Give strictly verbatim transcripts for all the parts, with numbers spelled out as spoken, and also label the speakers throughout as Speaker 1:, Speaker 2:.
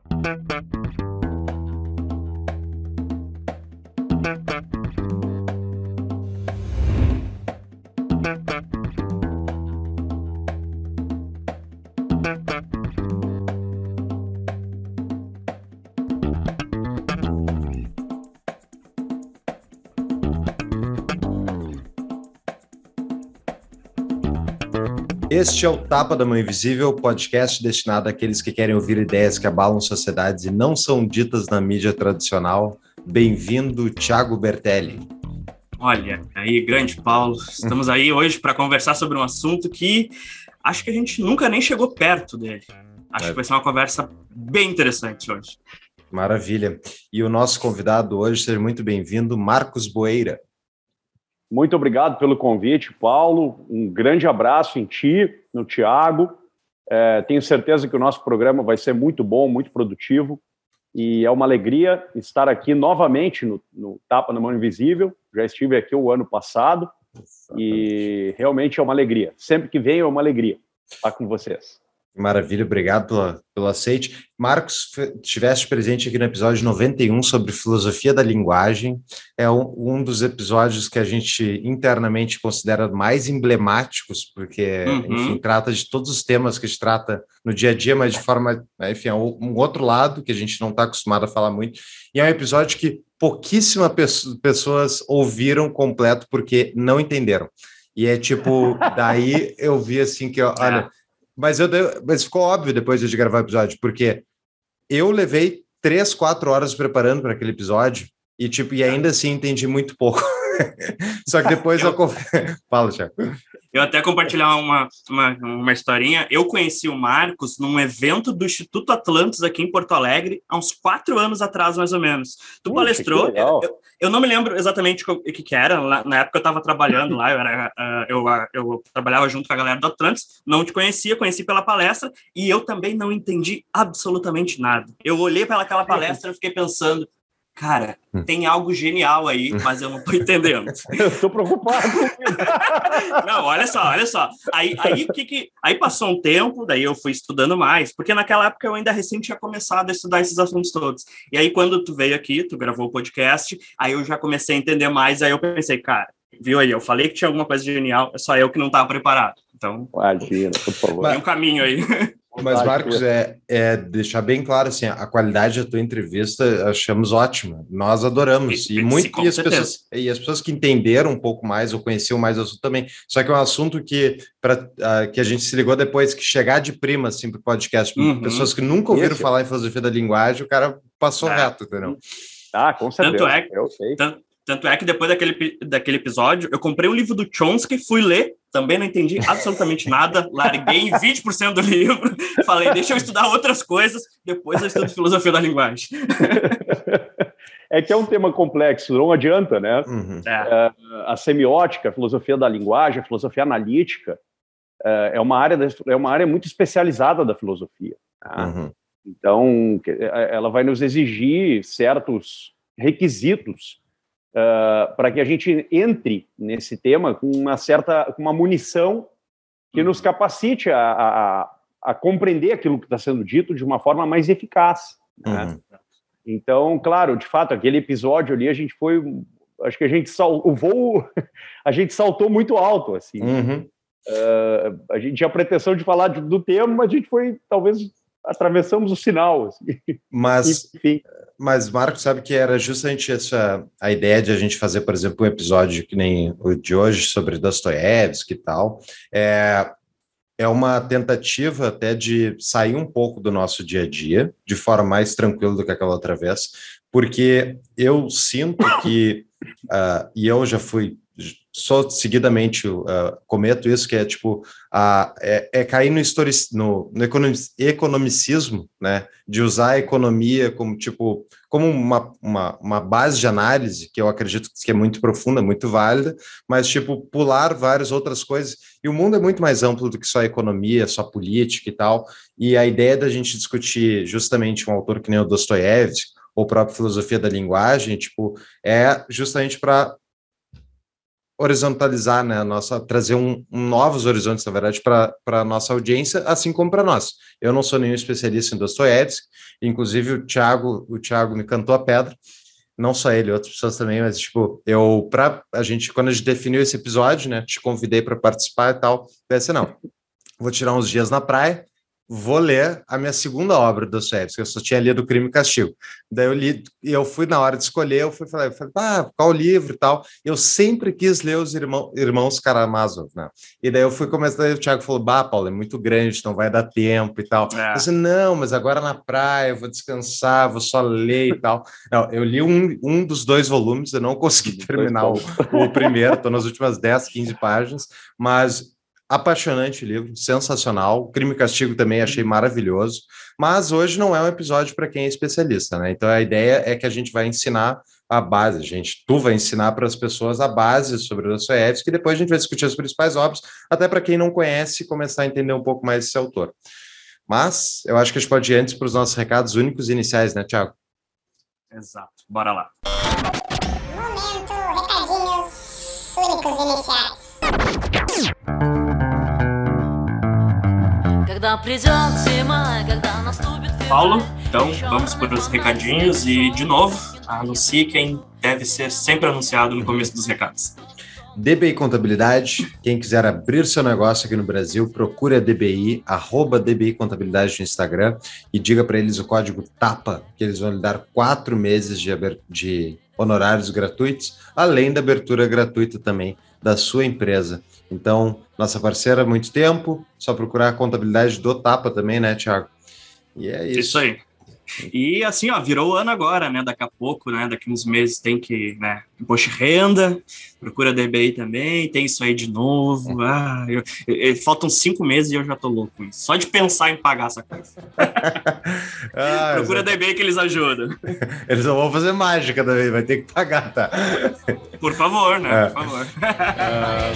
Speaker 1: Este é o Tapa da Mão Invisível, podcast destinado àqueles que querem ouvir ideias que abalam sociedades e não são ditas na mídia tradicional. Bem-vindo, Thiago Bertelli.
Speaker 2: Olha, aí, grande Paulo, estamos aí hoje para conversar sobre um assunto que acho que a gente nunca nem chegou perto dele. Acho é. que vai ser uma conversa bem interessante hoje.
Speaker 1: Maravilha. E o nosso convidado hoje, seja muito bem-vindo, Marcos Boeira.
Speaker 3: Muito obrigado pelo convite, Paulo. Um grande abraço em ti, no Thiago. É, tenho certeza que o nosso programa vai ser muito bom, muito produtivo. E é uma alegria estar aqui novamente no, no Tapa na Mão Invisível. Já estive aqui o ano passado. Exatamente. E realmente é uma alegria. Sempre que venho é uma alegria estar com vocês.
Speaker 1: Maravilha, obrigado pela, pelo aceite. Marcos, estiveste presente aqui no episódio noventa e um sobre filosofia da linguagem. É um, um dos episódios que a gente internamente considera mais emblemáticos, porque, uhum. enfim, trata de todos os temas que a gente trata no dia a dia, mas de forma, enfim, é um outro lado que a gente não está acostumado a falar muito. E é um episódio que pouquíssimas pessoas ouviram completo porque não entenderam. E é tipo, daí eu vi assim que, olha... Mas, eu, mas ficou óbvio depois de gravar o episódio, porque eu levei três, quatro horas preparando para aquele episódio e, tipo, e ainda assim entendi muito pouco. Só que depois eu... eu... Fala, Thiago.
Speaker 2: Eu até compartilhar uma, uma, uma historinha. Eu conheci o Marcos num evento do Instituto Atlantis aqui em Porto Alegre, há uns quatro anos atrás, mais ou menos. Tu Puxa, palestrou, eu, eu, eu não me lembro exatamente o que, que era, na época eu estava trabalhando lá, eu, era, uh, eu, uh, eu trabalhava junto com a galera do Atlantis, não te conhecia, conheci pela palestra, e eu também não entendi absolutamente nada. Eu olhei para aquela palestra e fiquei pensando, cara, tem algo genial aí, mas eu não tô entendendo.
Speaker 3: Eu tô preocupado.
Speaker 2: Não, olha só, olha só. Aí, aí, que que, aí passou um tempo, daí eu fui estudando mais, porque naquela época eu ainda recém tinha começado a estudar esses assuntos todos. E aí quando tu veio aqui, tu gravou o podcast, aí eu já comecei a entender mais, aí eu pensei, cara, viu aí, eu falei que tinha alguma coisa genial, é só eu que não estava preparado. Então,
Speaker 3: imagina, por favor.
Speaker 2: Tem um caminho aí.
Speaker 1: Mas, Marcos, é, é deixar bem claro, assim, a qualidade da tua entrevista achamos ótima, nós adoramos, e, muito, Sim, e, as pessoas, e as pessoas que entenderam um pouco mais, ou conheciam mais o assunto também, só que é um assunto que, pra, uh, que a gente se ligou depois, que chegar de prima, assim, pro podcast, uhum. pessoas que nunca ouviram Isso. falar em filosofia da linguagem, o cara passou ah. reto, entendeu?
Speaker 3: Ah, com certeza,
Speaker 2: tanto é,
Speaker 3: eu sei.
Speaker 2: Tanto, Tanto é que depois daquele, daquele episódio, eu comprei um livro do Chomsky, fui ler, também não entendi absolutamente nada, larguei vinte por cento do livro, falei, deixa eu estudar outras coisas, depois eu estudo filosofia da linguagem.
Speaker 3: É que é um tema complexo, não adianta, né?
Speaker 1: Uhum.
Speaker 3: É. A semiótica, a filosofia da linguagem, a filosofia analítica, é uma área, é uma área muito especializada da filosofia. Tá? Uhum. Então, ela vai nos exigir certos requisitos Uh, para que a gente entre nesse tema com uma certa, com uma munição que nos capacite a, a, a compreender aquilo que está sendo dito de uma forma mais eficaz. Né? Uhum. Então, claro, de fato, aquele episódio ali, a gente foi, acho que a gente sal, o voo, a gente saltou muito alto, assim.
Speaker 1: Uhum.
Speaker 3: Uh, a gente tinha a pretensão de falar de, do tema, mas a gente foi, talvez, atravessamos o sinal. Assim.
Speaker 1: Mas...
Speaker 3: Enfim.
Speaker 1: Mas, Marcos, sabe que era justamente essa a ideia de a gente fazer, por exemplo, um episódio que nem o de hoje sobre Dostoiévski e tal, é, é uma tentativa até de sair um pouco do nosso dia a dia, de forma mais tranquila do que aquela outra vez, porque eu sinto que, uh, e eu já fui, só seguidamente uh, cometo isso, que é tipo, uh, é, é cair no, historic, no, no economicismo, né, de usar a economia como, tipo, como uma, uma, uma base de análise, que eu acredito que é muito profunda, muito válida, mas, tipo, pular várias outras coisas, e o mundo é muito mais amplo do que só a economia, só a política e tal, e a ideia da gente discutir justamente um autor que nem o Dostoiévski, ou própria filosofia da linguagem, tipo, é justamente para horizontalizar, né, a nossa, trazer um, um novos horizontes, na verdade, para a nossa audiência, assim como para nós. Eu não sou nenhum especialista em Dostoiévski, inclusive o Thiago, o Thiago me cantou a pedra, não só ele, outras pessoas também, mas, tipo, eu, para a gente, quando a gente definiu esse episódio, né, te convidei para participar e tal, pensei, não, vou tirar uns dias na praia, vou ler a minha segunda obra do Dostoiévski, eu só tinha lido Crime e Castigo. Daí eu li, e eu fui na hora de escolher, eu fui falar, eu falei, ah, qual livro e tal. Eu sempre quis ler os irmão, Irmãos Karamazov, né? E daí eu fui começar, e o Thiago falou, bah, Paulo, é muito grande, não vai dar tempo e tal. É. Eu disse, não, mas agora na praia, eu vou descansar, vou só ler e tal. Não, eu li um, um dos dois volumes, eu não consegui terminar o, o primeiro, estou nas últimas dez, quinze páginas, mas apaixonante o livro, sensacional. Crime e Castigo também achei maravilhoso, mas hoje não é um episódio para quem é especialista, né? Então a ideia é que a gente vai ensinar a base, a gente, tu vai ensinar para as pessoas a base sobre o Dostoiévski, e depois a gente vai discutir as principais obras, até para quem não conhece começar a entender um pouco mais esse autor. Mas eu acho que a gente pode ir antes para os nossos recados únicos e iniciais, né, Thiago?
Speaker 2: Exato, bora lá.
Speaker 4: Momento, recadinhos únicos e iniciais.
Speaker 2: Paulo, então vamos para os recadinhos e, de novo, anuncie quem deve ser sempre anunciado no começo dos recados.
Speaker 1: D B I Contabilidade, quem quiser abrir seu negócio aqui no Brasil, procure a D B I, arroba D B I Contabilidade no Instagram e diga para eles o código TAPA, que eles vão lhe dar quatro meses de, de honorários gratuitos, além da abertura gratuita também da sua empresa. Então, nossa parceira há muito tempo, só procurar a contabilidade do Tapa também, né, Thiago? E é isso.
Speaker 2: Isso aí. E assim, ó, virou o ano agora, né? Daqui a pouco, né? Daqui uns meses tem que, né? Imposto de renda, procura D B I também, tem isso aí de novo. Ah, eu, eu, faltam cinco meses e eu já tô louco com isso. Só de pensar em pagar essa coisa. ah, procura D B I que eles ajudam.
Speaker 1: Eles não vão fazer mágica também, vai ter que pagar, tá?
Speaker 2: Por favor, né? É. Por favor. Ah.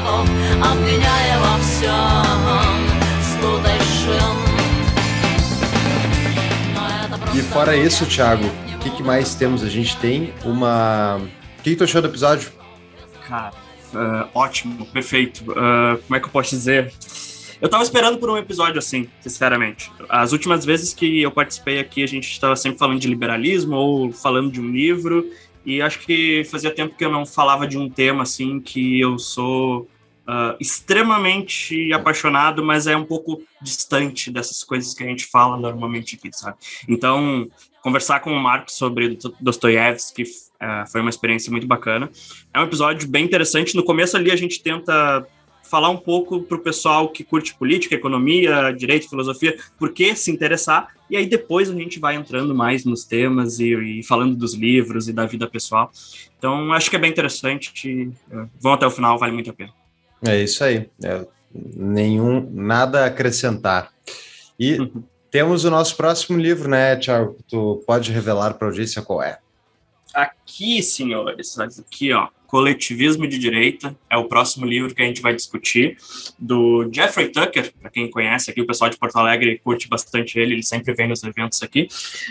Speaker 1: E fora isso, Thiago, o que, que mais temos? A gente tem uma... O que, que tu achou do episódio?
Speaker 2: Cara, uh, ótimo, perfeito. Uh, como é que eu posso dizer? Eu tava esperando por um episódio assim, sinceramente. As últimas vezes que eu participei aqui, a gente estava sempre falando de liberalismo ou falando de um livro, e acho que fazia tempo que eu não falava de um tema assim que eu sou... Uh, extremamente apaixonado, mas é um pouco distante dessas coisas que a gente fala normalmente aqui, sabe? Então, conversar com o Marcos sobre Dostoiévski uh, foi uma experiência muito bacana. É um episódio bem interessante. No começo ali a gente tenta falar um pouco para o pessoal que curte política, economia, direito, filosofia, por que se interessar, e aí depois a gente vai entrando mais nos temas e, e falando dos livros e da vida pessoal. Então, acho que é bem interessante. E, uh, vão até o final, vale muito a pena.
Speaker 1: É isso aí, é, nenhum, nada a acrescentar. E uhum. temos o nosso próximo livro, né, Thiago? Tu pode revelar para a audiência qual é?
Speaker 2: Aqui, senhores, aqui, ó, Coletivismo de Direita, é o próximo livro que a gente vai discutir, do Jeffrey Tucker, para quem conhece aqui, o pessoal de Porto Alegre curte bastante ele, ele sempre vem nos eventos aqui,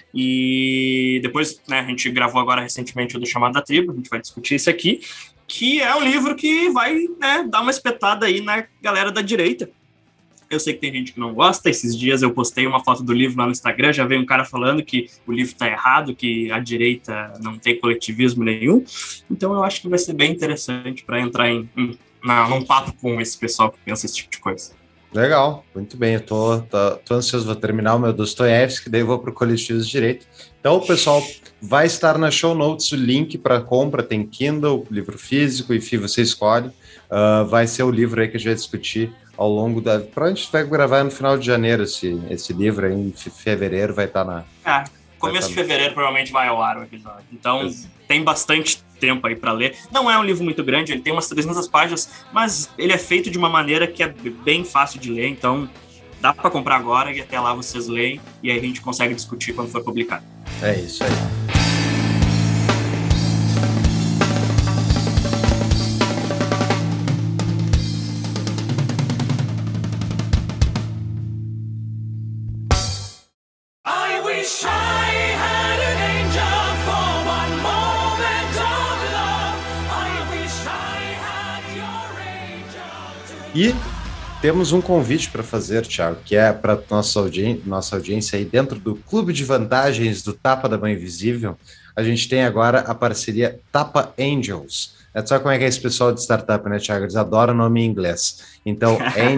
Speaker 2: e depois, né, a gente gravou agora recentemente o do Chamado da Tribo, a gente vai discutir isso aqui, que é um livro que vai, né, dar uma espetada aí na galera da direita. Eu sei que tem gente que não gosta. Esses dias eu postei uma foto do livro lá no Instagram, já veio um cara falando que o livro está errado, que a direita não tem coletivismo nenhum. Então eu acho que vai ser bem interessante para entrar em, em na, num papo com esse pessoal que pensa esse tipo de coisa.
Speaker 1: Legal, muito bem. Eu tô, tô, tô ansioso, vou terminar o meu Dostoiévski, daí eu vou para o Coletivismo de Direito. Então, o pessoal, vai estar na show notes o link para compra, tem Kindle, livro físico, enfim, você escolhe. Uh, vai ser o livro aí que a gente vai discutir ao longo da... Provavelmente vai gravar no final de janeiro esse, esse livro, aí em fevereiro vai estar na...
Speaker 2: Ah, começo de fevereiro provavelmente vai ao ar o episódio. Então, Isso. tem bastante tempo aí para ler. Não é um livro muito grande, ele tem umas trezentas páginas, mas ele é feito de uma maneira que é bem fácil de ler, então dá para comprar agora e até lá vocês leem e aí a gente consegue discutir quando for publicado.
Speaker 1: É isso aí. E temos um convite para fazer, Thiago, que é para nossa, audi- nossa audiência aí dentro do Clube de Vantagens do Tapa da Mão Invisível. A gente tem agora a parceria Tapa Angels. É só como é que é esse pessoal de startup, né, Thiago? Eles adoram nome em inglês. Então,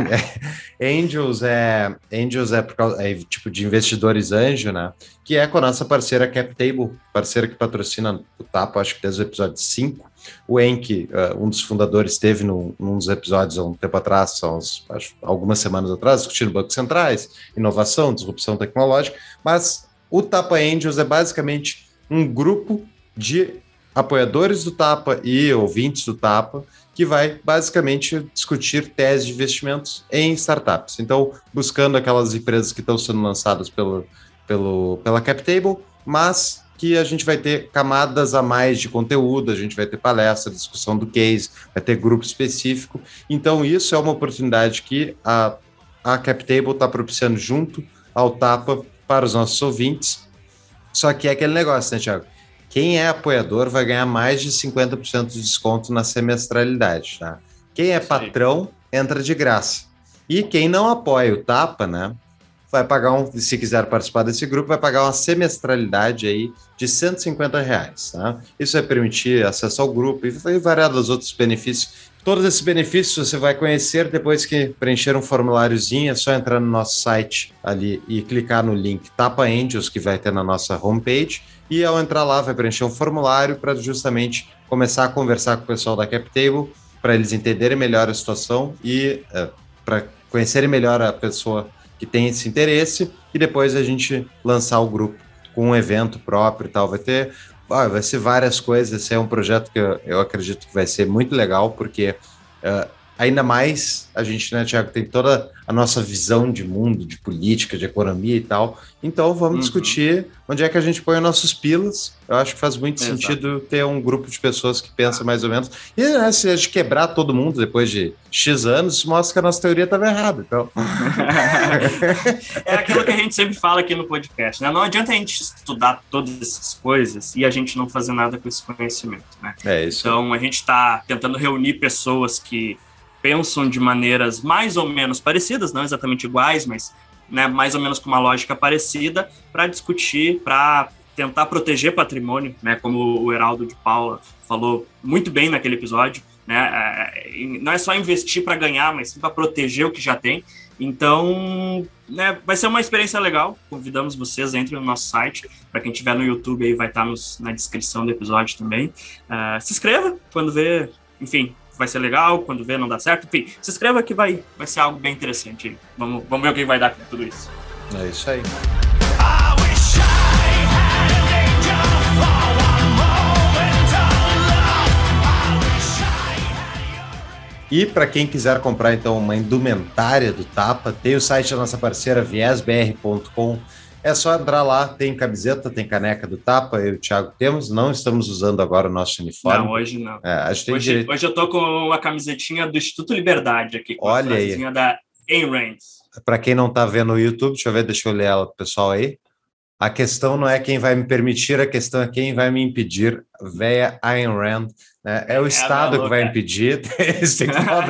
Speaker 1: Angels é Angels é, por causa, é tipo de investidores anjo, né? Que é com a nossa parceira CapTable, parceira que patrocina o Tapa, acho que desde o episódio cinco. O Enki, uh, um dos fundadores, esteve num, num dos episódios há um tempo atrás, há uns, acho, algumas semanas atrás, discutindo bancos centrais, inovação, disrupção tecnológica, mas o Tapa Angels é basicamente um grupo de apoiadores do Tapa e ouvintes do Tapa que vai basicamente discutir teses de investimentos em startups. Então, buscando aquelas empresas que estão sendo lançadas pelo, pelo, pela CapTable, mas que a gente vai ter camadas a mais de conteúdo, a gente vai ter palestra, discussão do case, vai ter grupo específico. Então, isso é uma oportunidade que a, a CapTable está propiciando junto ao Tapa para os nossos ouvintes. Só que é aquele negócio, né, Thiago? Quem é apoiador vai ganhar mais de cinquenta por cento de desconto na semestralidade, tá? Quem é patrão entra de graça. E quem não apoia o Tapa, né, vai pagar um, se quiser participar desse grupo, vai pagar uma semestralidade aí de cento e cinquenta reais, tá? Isso vai permitir acesso ao grupo e variados outros benefícios. Todos esses benefícios você vai conhecer depois que preencher um formuláriozinho, é só entrar no nosso site ali e clicar no link Tapa Angels, que vai ter na nossa homepage, e ao entrar lá vai preencher um formulário para justamente começar a conversar com o pessoal da CapTable, para eles entenderem melhor a situação e uh, para conhecerem melhor a pessoa que tem esse interesse, e depois a gente lançar o grupo com um evento próprio e tal. Vai ter, ah, vai ser várias coisas. Esse é um projeto que eu, eu acredito que vai ser muito legal, porque uh, ainda mais a gente, né, Thiago, tem toda a nossa visão de mundo, de política, de economia e tal. Então vamos uhum. discutir onde é que a gente põe os nossos pilas. Eu acho que faz muito Exato. sentido ter um grupo de pessoas que pensam mais ou menos. E né, se a gente quebrar todo mundo depois de X anos, mostra que a nossa teoria estava errada. Então.
Speaker 2: É aquilo que a gente sempre fala aqui no podcast, né? Não adianta a gente estudar todas essas coisas e a gente não fazer nada com esse conhecimento, né?
Speaker 1: É isso.
Speaker 2: Então a gente está tentando reunir pessoas que pensam de maneiras mais ou menos parecidas, não exatamente iguais, mas né, mais ou menos com uma lógica parecida, para discutir, para tentar proteger patrimônio, né, como o Heraldo de Paula falou muito bem naquele episódio, né, não é só investir para ganhar, mas sim para proteger o que já tem. Então, né, vai ser uma experiência legal. Convidamos vocês, entrem no nosso site. Para quem estiver no YouTube, aí vai estar nos, na descrição do episódio também. Uh, se inscreva quando ver, enfim, vai ser legal, quando vê não dá certo, enfim, se inscreva que vai, vai ser algo bem interessante. Vamos, vamos ver o que vai dar com tudo isso.
Speaker 1: É isso aí. E para quem quiser comprar então uma indumentária do Tapa, tem o site da nossa parceira viés b r ponto com. É só entrar lá, tem camiseta, tem caneca do Tapa, eu e o Thiago temos, não estamos usando agora o nosso uniforme.
Speaker 2: Não, hoje não.
Speaker 1: É, a gente tem
Speaker 2: hoje,
Speaker 1: direito...
Speaker 2: hoje eu tô com a camisetinha do Instituto Liberdade aqui, com
Speaker 1: Olha
Speaker 2: a frasezinha
Speaker 1: aí.
Speaker 2: Da Ayn Rand.
Speaker 1: Para quem não está vendo no YouTube, deixa eu ver, deixa eu ler ela pro pessoal aí. A questão não é quem vai me permitir, a questão é quem vai me impedir. Véia Ayn Rand. Né? É o é Estado que vai impedir. Se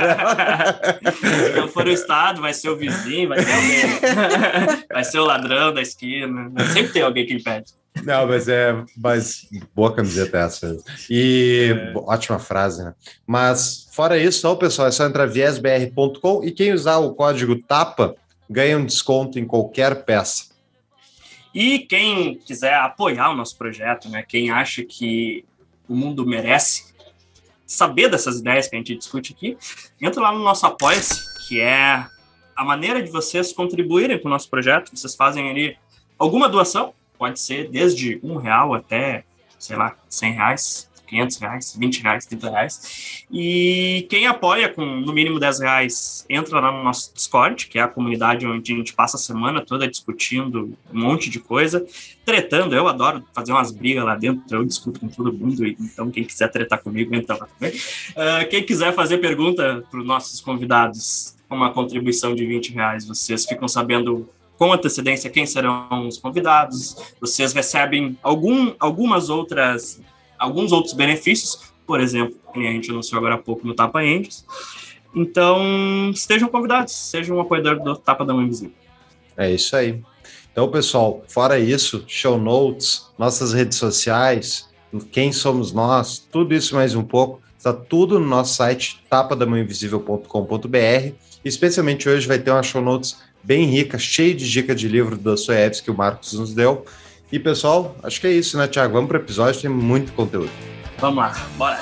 Speaker 2: não for o Estado, vai ser o vizinho, vai ser alguém. Vai ser o ladrão da esquina. Sempre tem alguém que impede.
Speaker 1: Não, mas é mas boa camiseta essa. E é. Ótima frase, né? Mas fora isso, não, pessoal, é só entrar viés b r ponto com e quem usar o código TAPA ganha um desconto em qualquer peça.
Speaker 2: E quem quiser apoiar o nosso projeto, né? Quem acha que o mundo merece saber dessas ideias que a gente discute aqui, entra lá no nosso Apoia-se, que é a maneira de vocês contribuírem com o nosso projeto. Vocês fazem ali alguma doação, pode ser desde um real até, sei lá, cem reais, quinhentos reais, vinte reais, trinta reais. E quem apoia com no mínimo dez reais, entra lá no nosso Discord, que é a comunidade onde a gente passa a semana toda discutindo um monte de coisa, tretando. Eu adoro fazer umas brigas lá dentro, eu discuto com todo mundo, então quem quiser tretar comigo, entra lá também. Uh, quem quiser fazer pergunta para os nossos convidados, com uma contribuição de vinte reais, vocês ficam sabendo com antecedência quem serão os convidados, vocês recebem algum, algumas outras, alguns outros benefícios, por exemplo, que a gente anunciou agora há pouco no Tapa Angels. Então, estejam convidados, sejam um apoiador do Tapa da Mão Invisível.
Speaker 1: É isso aí. Então, pessoal, fora isso, show notes, nossas redes sociais, quem somos nós, tudo isso mais um pouco, está tudo no nosso site, tapa da mão invisível ponto com ponto b r. Especialmente hoje vai ter uma show notes bem rica, cheia de dicas de livro do Dostoiévski que o Marcos nos deu. E, pessoal, acho que é isso, né, Thiago? Vamos para o episódio, tem muito conteúdo.
Speaker 2: Vamos lá, bora!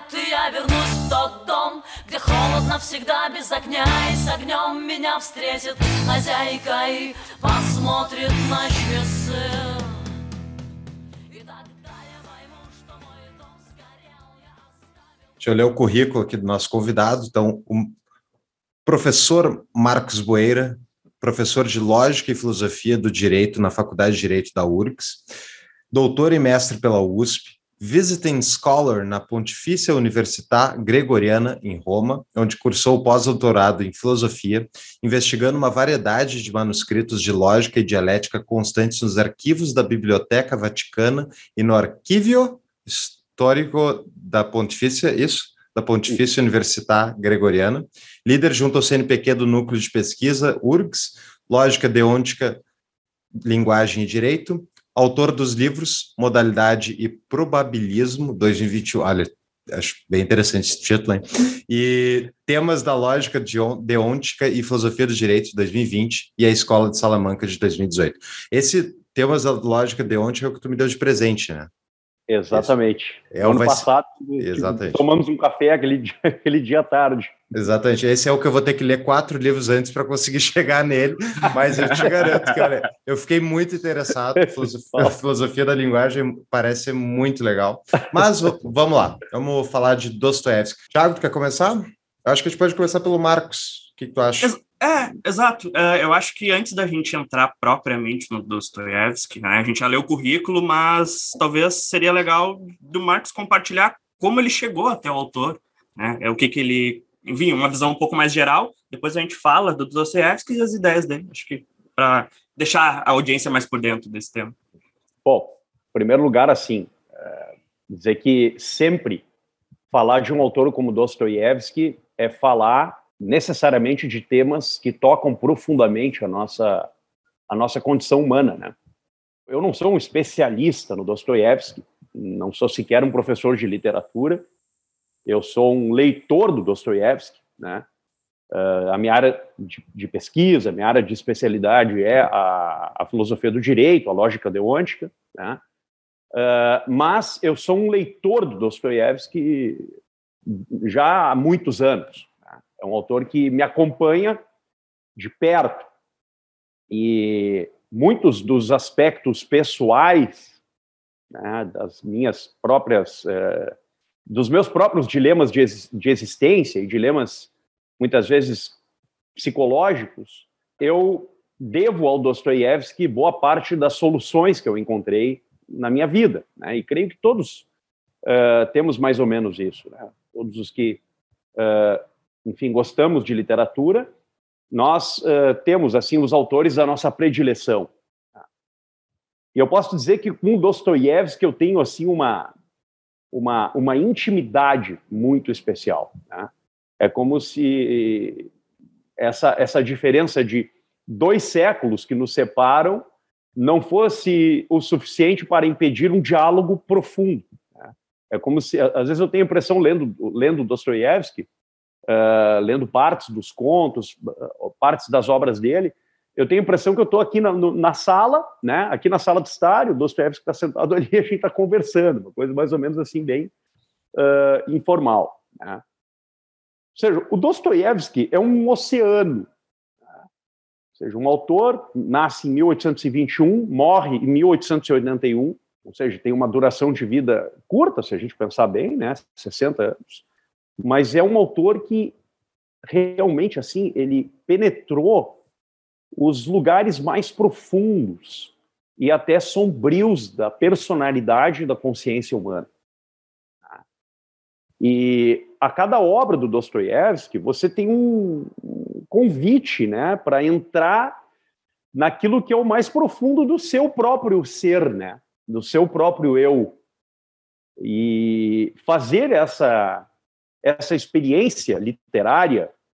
Speaker 1: Deixa eu ler o currículo aqui do nosso convidado. Então, o professor Marcos Boeira, professor de Lógica e Filosofia do Direito na Faculdade de Direito da U R G S, doutor e mestre pela U S P, Visiting Scholar na Pontifícia Università Gregoriana, em Roma, onde cursou pós-doutorado em Filosofia, investigando uma variedade de manuscritos de lógica e dialética constantes nos arquivos da Biblioteca Vaticana e no Arquivio Histórico da Pontifícia, isso? Da Pontifícia Università Gregoriana, líder junto ao C N P q do Núcleo de Pesquisa U R G S, Lógica Deôntica, Linguagem e Direito, autor dos livros Modalidade e Probabilismo, dois mil e vinte e um, olha, acho bem interessante esse título, hein? E Temas da Lógica Deôntica e Filosofia do Direito, de dois mil e vinte, e a Escola de Salamanca, de dois mil e dezoito. Esse Temas da Lógica Deôntica é o que tu me deu de presente, né?
Speaker 3: Exatamente.
Speaker 1: É,
Speaker 3: ano passado,
Speaker 1: exatamente.
Speaker 3: Tomamos um café aquele dia, aquele dia à tarde.
Speaker 1: Exatamente. Esse é o que eu vou ter que ler quatro livros antes para conseguir chegar nele, mas eu te garanto que, olha, eu fiquei muito interessado. A filosofia, a filosofia da linguagem parece ser muito legal. Mas vamos lá, vamos falar de Dostoiévski. Thiago, tu quer começar? Eu acho que a gente pode começar pelo Marcos. O que, que tu acha?
Speaker 2: É, exato. É, eu acho que antes da gente entrar propriamente no Dostoiévski, né, a gente já leu o currículo, mas talvez seria legal do Marcos compartilhar como ele chegou até o autor, né? É o que, que ele... Enfim, uma visão um pouco mais geral. Depois a gente fala do Dostoiévski e as ideias dele. Acho que para deixar a audiência mais por dentro desse tema.
Speaker 3: Bom, em primeiro lugar, assim, é, dizer que sempre falar de um autor como Dostoiévski é falar necessariamente de temas que tocam profundamente a nossa, a nossa condição humana, né? Eu não sou um especialista no Dostoiévski, não sou sequer um professor de literatura, eu sou um leitor do Dostoiévski, né? Uh, a minha área de, de pesquisa, a minha área de especialidade é a, a filosofia do direito, a lógica deôntica, né? Uh, mas eu sou um leitor do Dostoiévski já há muitos anos. É um autor que me acompanha de perto. E muitos dos aspectos pessoais, né, das minhas próprias, eh, dos meus próprios dilemas de, ex de existência e dilemas, muitas vezes, psicológicos, eu devo ao Dostoiévski boa parte das soluções que eu encontrei na minha vida, né? E creio que todos uh, temos mais ou menos isso, né? Todos os que... Uh, enfim, gostamos de literatura, nós uh, temos, assim, os autores da nossa predileção. E eu posso dizer que com Dostoiévski eu tenho, assim, uma, uma, uma intimidade muito especial, né? É como se essa, essa diferença de dois séculos que nos separam não fosse o suficiente para impedir um diálogo profundo, né? É como se, às vezes eu tenho a impressão, lendo, lendo Dostoiévski, Uh, lendo partes dos contos, uh, partes das obras dele, eu tenho a impressão que eu estou aqui na, no, na sala, né, aqui na sala de estar, o Dostoiévski está sentado ali e a gente está conversando, uma coisa mais ou menos assim, bem uh, informal, né? Ou seja, o Dostoiévski é um oceano, né? Ou seja, um autor nasce em mil oitocentos e vinte e um, morre em mil oitocentos e oitenta e um, ou seja, tem uma duração de vida curta, se a gente pensar bem, né, sessenta anos, mas é um autor que realmente, assim, ele penetrou os lugares mais profundos e até sombrios da personalidade e da consciência humana. E a cada obra do Dostoiévski, você tem um convite, né, para entrar naquilo que é o mais profundo do seu próprio ser, né, do seu próprio eu. E fazer essa... essa experiência literária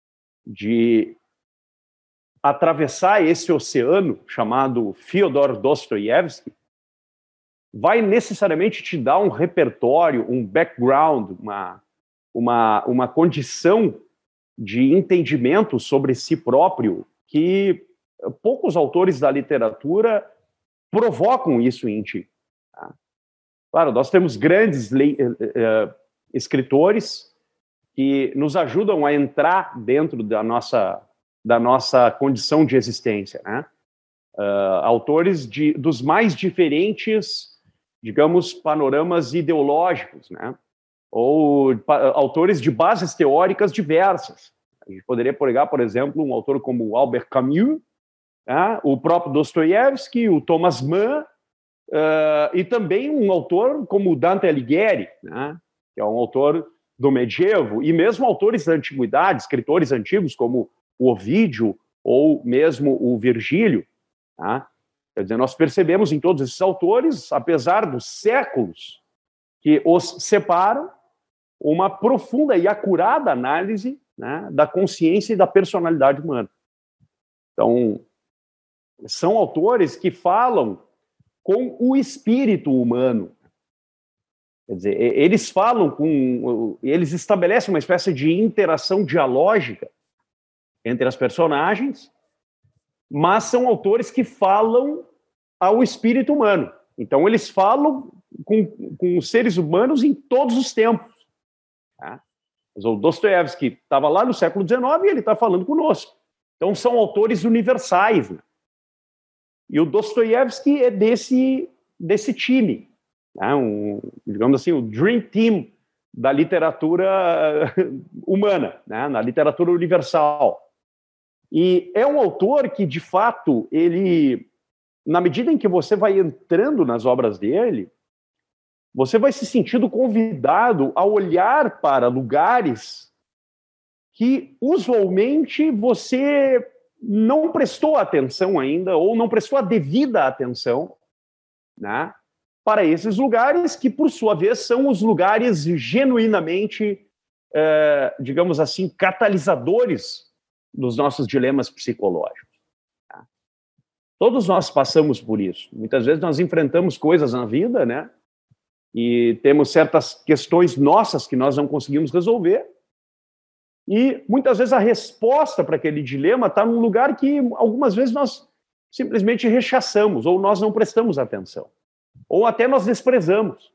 Speaker 3: de atravessar esse oceano chamado Fyodor Dostoiévski vai necessariamente te dar um repertório, um background, uma, uma, uma condição de entendimento sobre si próprio que poucos autores da literatura provocam isso em ti. Tá? Claro, nós temos grandes uh, escritores que nos ajudam a entrar dentro da nossa, da nossa condição de existência, né? Uh, autores de, dos mais diferentes, digamos, panoramas ideológicos, né? Ou pa, autores de bases teóricas diversas. A gente poderia pegar, por exemplo, um autor como Albert Camus, né? O próprio Dostoiévski, o Thomas Mann, uh, e também um autor como Dante Alighieri, né? Que é um autor do medievo, e mesmo autores da antiguidade, escritores antigos como o Ovídio ou mesmo o Virgílio. Tá? Quer dizer, nós percebemos em todos esses autores, apesar dos séculos que os separam, uma profunda e acurada análise, né, da consciência e da personalidade humana. Então, são autores que falam com o espírito humano. Quer dizer, eles falam com... Eles estabelecem uma espécie de interação dialógica entre as personagens, mas são autores que falam ao espírito humano. Então, eles falam com, com os seres humanos em todos os tempos. Tá? O Dostoiévski estava lá no século dezenove e ele está falando conosco. Então, são autores universais. Né? E o Dostoiévski é desse, desse time. Né? Um, digamos assim, o Dream Team da literatura humana, né? Na literatura universal. E é um autor que, de fato, ele, na medida em que você vai entrando nas obras dele, você vai se sentindo convidado a olhar para lugares que, usualmente, você não prestou atenção ainda, ou não prestou a devida atenção, né, para esses lugares que, por sua vez, são os lugares genuinamente, é, digamos assim, catalisadores dos nossos dilemas psicológicos. Tá? Todos nós passamos por isso. Muitas vezes nós enfrentamos coisas na vida, né? E temos certas questões nossas que nós não conseguimos resolver. E muitas vezes a resposta para aquele dilema está num lugar que algumas vezes nós simplesmente rechaçamos, ou nós não prestamos atenção, ou até nós desprezamos.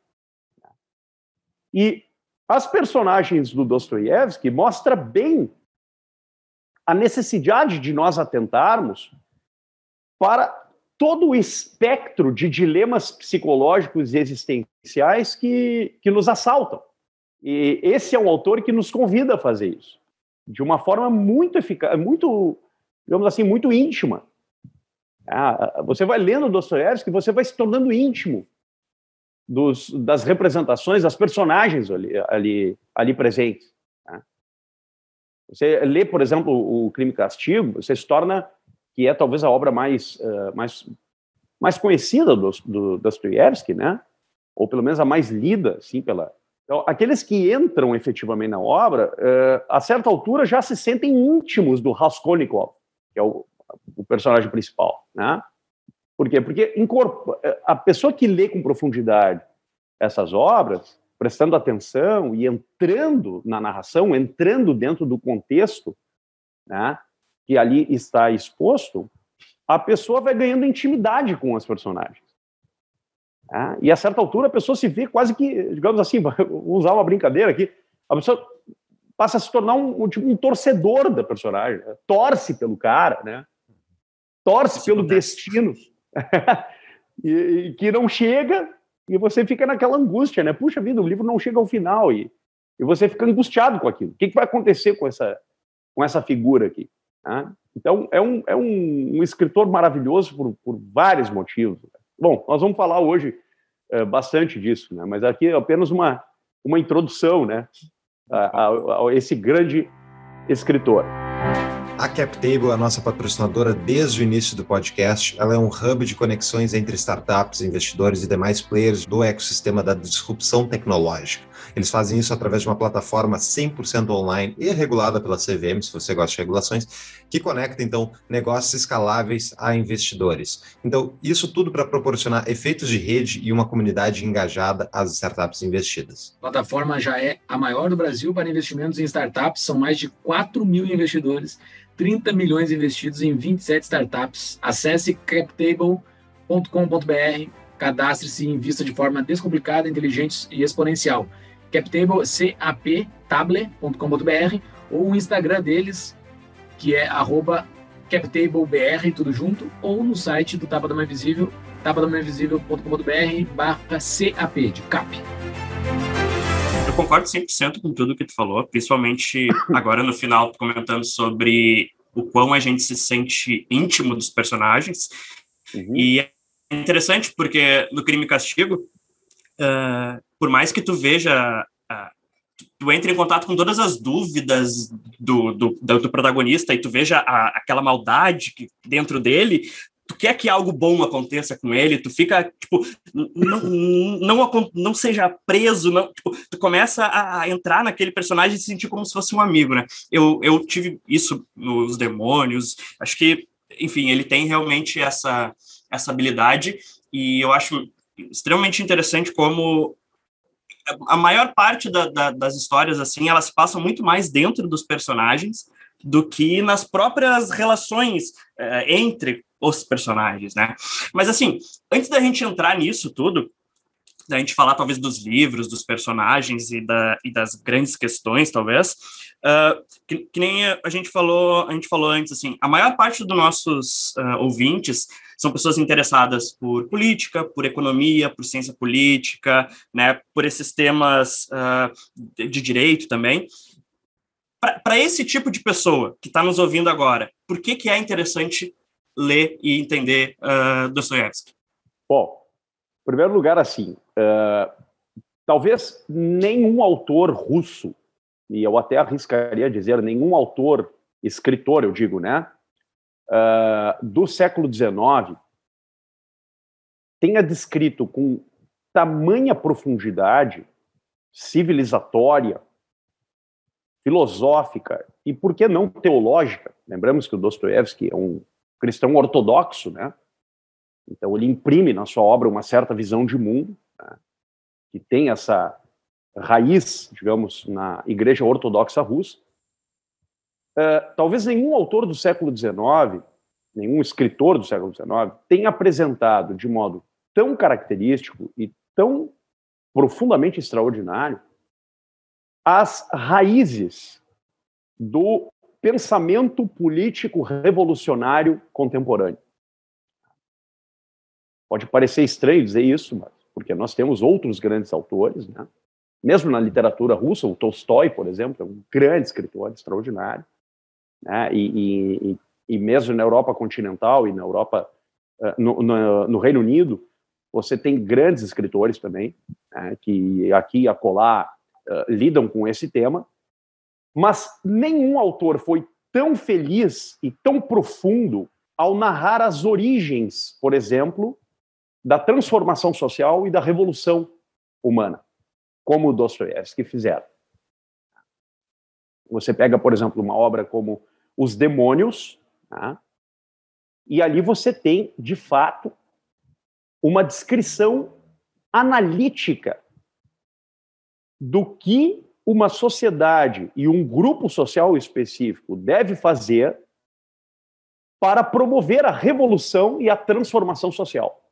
Speaker 3: E as personagens do Dostoiévski mostram bem a necessidade de nós atentarmos para todo o espectro de dilemas psicológicos e existenciais que, que nos assaltam. E esse é um autor que nos convida a fazer isso, de uma forma muito eficaz, muito, digamos assim, muito íntima. Ah, você vai lendo Dostoiévski, você vai se tornando íntimo dos, das representações, das personagens ali, ali, ali presentes. Tá? Você lê, por exemplo, o Crime e Castigo, você se torna, que é talvez a obra mais, uh, mais, mais conhecida do, do Dostoiévski, né? Ou pelo menos a mais lida, assim, pela... Então, aqueles que entram efetivamente na obra, uh, a certa altura já se sentem íntimos do Raskolnikov, que é o, o personagem principal, né? Por quê? Porque incorpora, a pessoa que lê com profundidade essas obras, prestando atenção e entrando na narração, entrando dentro do contexto, né, que ali está exposto, a pessoa vai ganhando intimidade com as personagens. Né? E a certa altura a pessoa se vê quase que, digamos assim, vou usar uma brincadeira aqui, a pessoa passa a se tornar um, tipo, um torcedor da personagem, né? Torce pelo cara, né? Torce Isso pelo acontece. destino, e, e que não chega, e você fica naquela angústia, né? Puxa vida, o livro não chega ao final, e, e você fica angustiado com aquilo. O que, que vai acontecer com essa, com essa figura aqui? Tá? Então, é, um, é um, um escritor maravilhoso por, por vários motivos. Bom, nós vamos falar hoje é, bastante disso, né? Mas aqui é apenas uma, uma introdução, né, a, a, a esse grande escritor.
Speaker 1: A CapTable é a nossa patrocinadora desde o início do podcast. Ela é um hub de conexões entre startups, investidores e demais players do ecossistema da disrupção tecnológica. Eles fazem isso através de uma plataforma cem por cento online e regulada pela C V M, se você gosta de regulações, que conecta, então, negócios escaláveis a investidores. Então, isso tudo para proporcionar efeitos de rede e uma comunidade engajada às startups investidas.
Speaker 5: A plataforma já é a maior do Brasil para investimentos em startups. São mais de quatro mil investidores, trinta milhões investidos em vinte e sete startups. Acesse captable ponto com ponto b r, cadastre-se e invista de forma descomplicada, inteligente e exponencial. CapTable, C A P table ponto com ponto b r, ou o Instagram deles, que é arroba captablebr, tudo junto, ou no site do Tapa da Mão Invisível, tapa da mão invisível ponto com ponto b r barra C A P, de cap.
Speaker 2: Eu concordo cem por cento com tudo que tu falou, principalmente agora no final, comentando sobre o quão a gente se sente íntimo dos personagens. Uhum. E é interessante porque no Crime e Castigo, uh, por mais que tu veja, uh, tu, tu entre em contato com todas as dúvidas do, do, do protagonista e tu veja a, aquela maldade que, dentro dele, tu quer que algo bom aconteça com ele, tu fica, tipo, não, não, não seja preso, não, tipo, tu começa a entrar naquele personagem e se sentir como se fosse um amigo, né? Eu, eu tive isso nos Demônios, acho que, enfim, ele tem realmente essa, essa habilidade, e eu acho extremamente interessante como a maior parte da, da, das histórias, assim, elas passam muito mais dentro dos personagens do que nas próprias relações uh, entre os personagens, né? Mas, assim, antes da gente entrar nisso tudo, da gente falar, talvez, dos livros, dos personagens e, da, e das grandes questões, talvez, uh, que, que nem a gente falou, a gente falou antes, assim, a maior parte dos nossos uh, ouvintes são pessoas interessadas por política, por economia, por ciência política, né, por esses temas uh, de, de direito também. Para esse tipo de pessoa que está nos ouvindo agora, por que, que é interessante ler e entender uh, Dostoiévski?
Speaker 3: Bom, em primeiro lugar, assim, uh, talvez nenhum autor russo, e eu até arriscaria dizer nenhum autor, escritor, eu digo, né, uh, do século dezenove, tenha descrito com tamanha profundidade civilizatória, filosófica e, por que não, teológica. Lembramos que o Dostoiévski é um cristão ortodoxo, né? Então ele imprime na sua obra uma certa visão de mundo, né? Que tem essa raiz, digamos, na Igreja Ortodoxa Russa. Uh, talvez nenhum autor do século dezenove, nenhum escritor do século dezenove, tenha apresentado de modo tão característico e tão profundamente extraordinário as raízes do pensamento político revolucionário contemporâneo. Pode parecer estranho dizer isso, mas porque nós temos outros grandes autores, né? Mesmo na literatura russa, o Tolstói, por exemplo, é um grande escritor, extraordinário, né? e, e, e mesmo na Europa continental e na Europa, no, no, no Reino Unido, você tem grandes escritores também, né? Que aqui e acolá Uh, lidam com esse tema, mas nenhum autor foi tão feliz e tão profundo ao narrar as origens, por exemplo, da transformação social e da revolução humana, como o Dostoiévski fizeram. Você pega, por exemplo, uma obra como Os Demônios, né? E ali você tem, de fato, uma descrição analítica do que uma sociedade e um grupo social específico deve fazer para promover a revolução e a transformação social.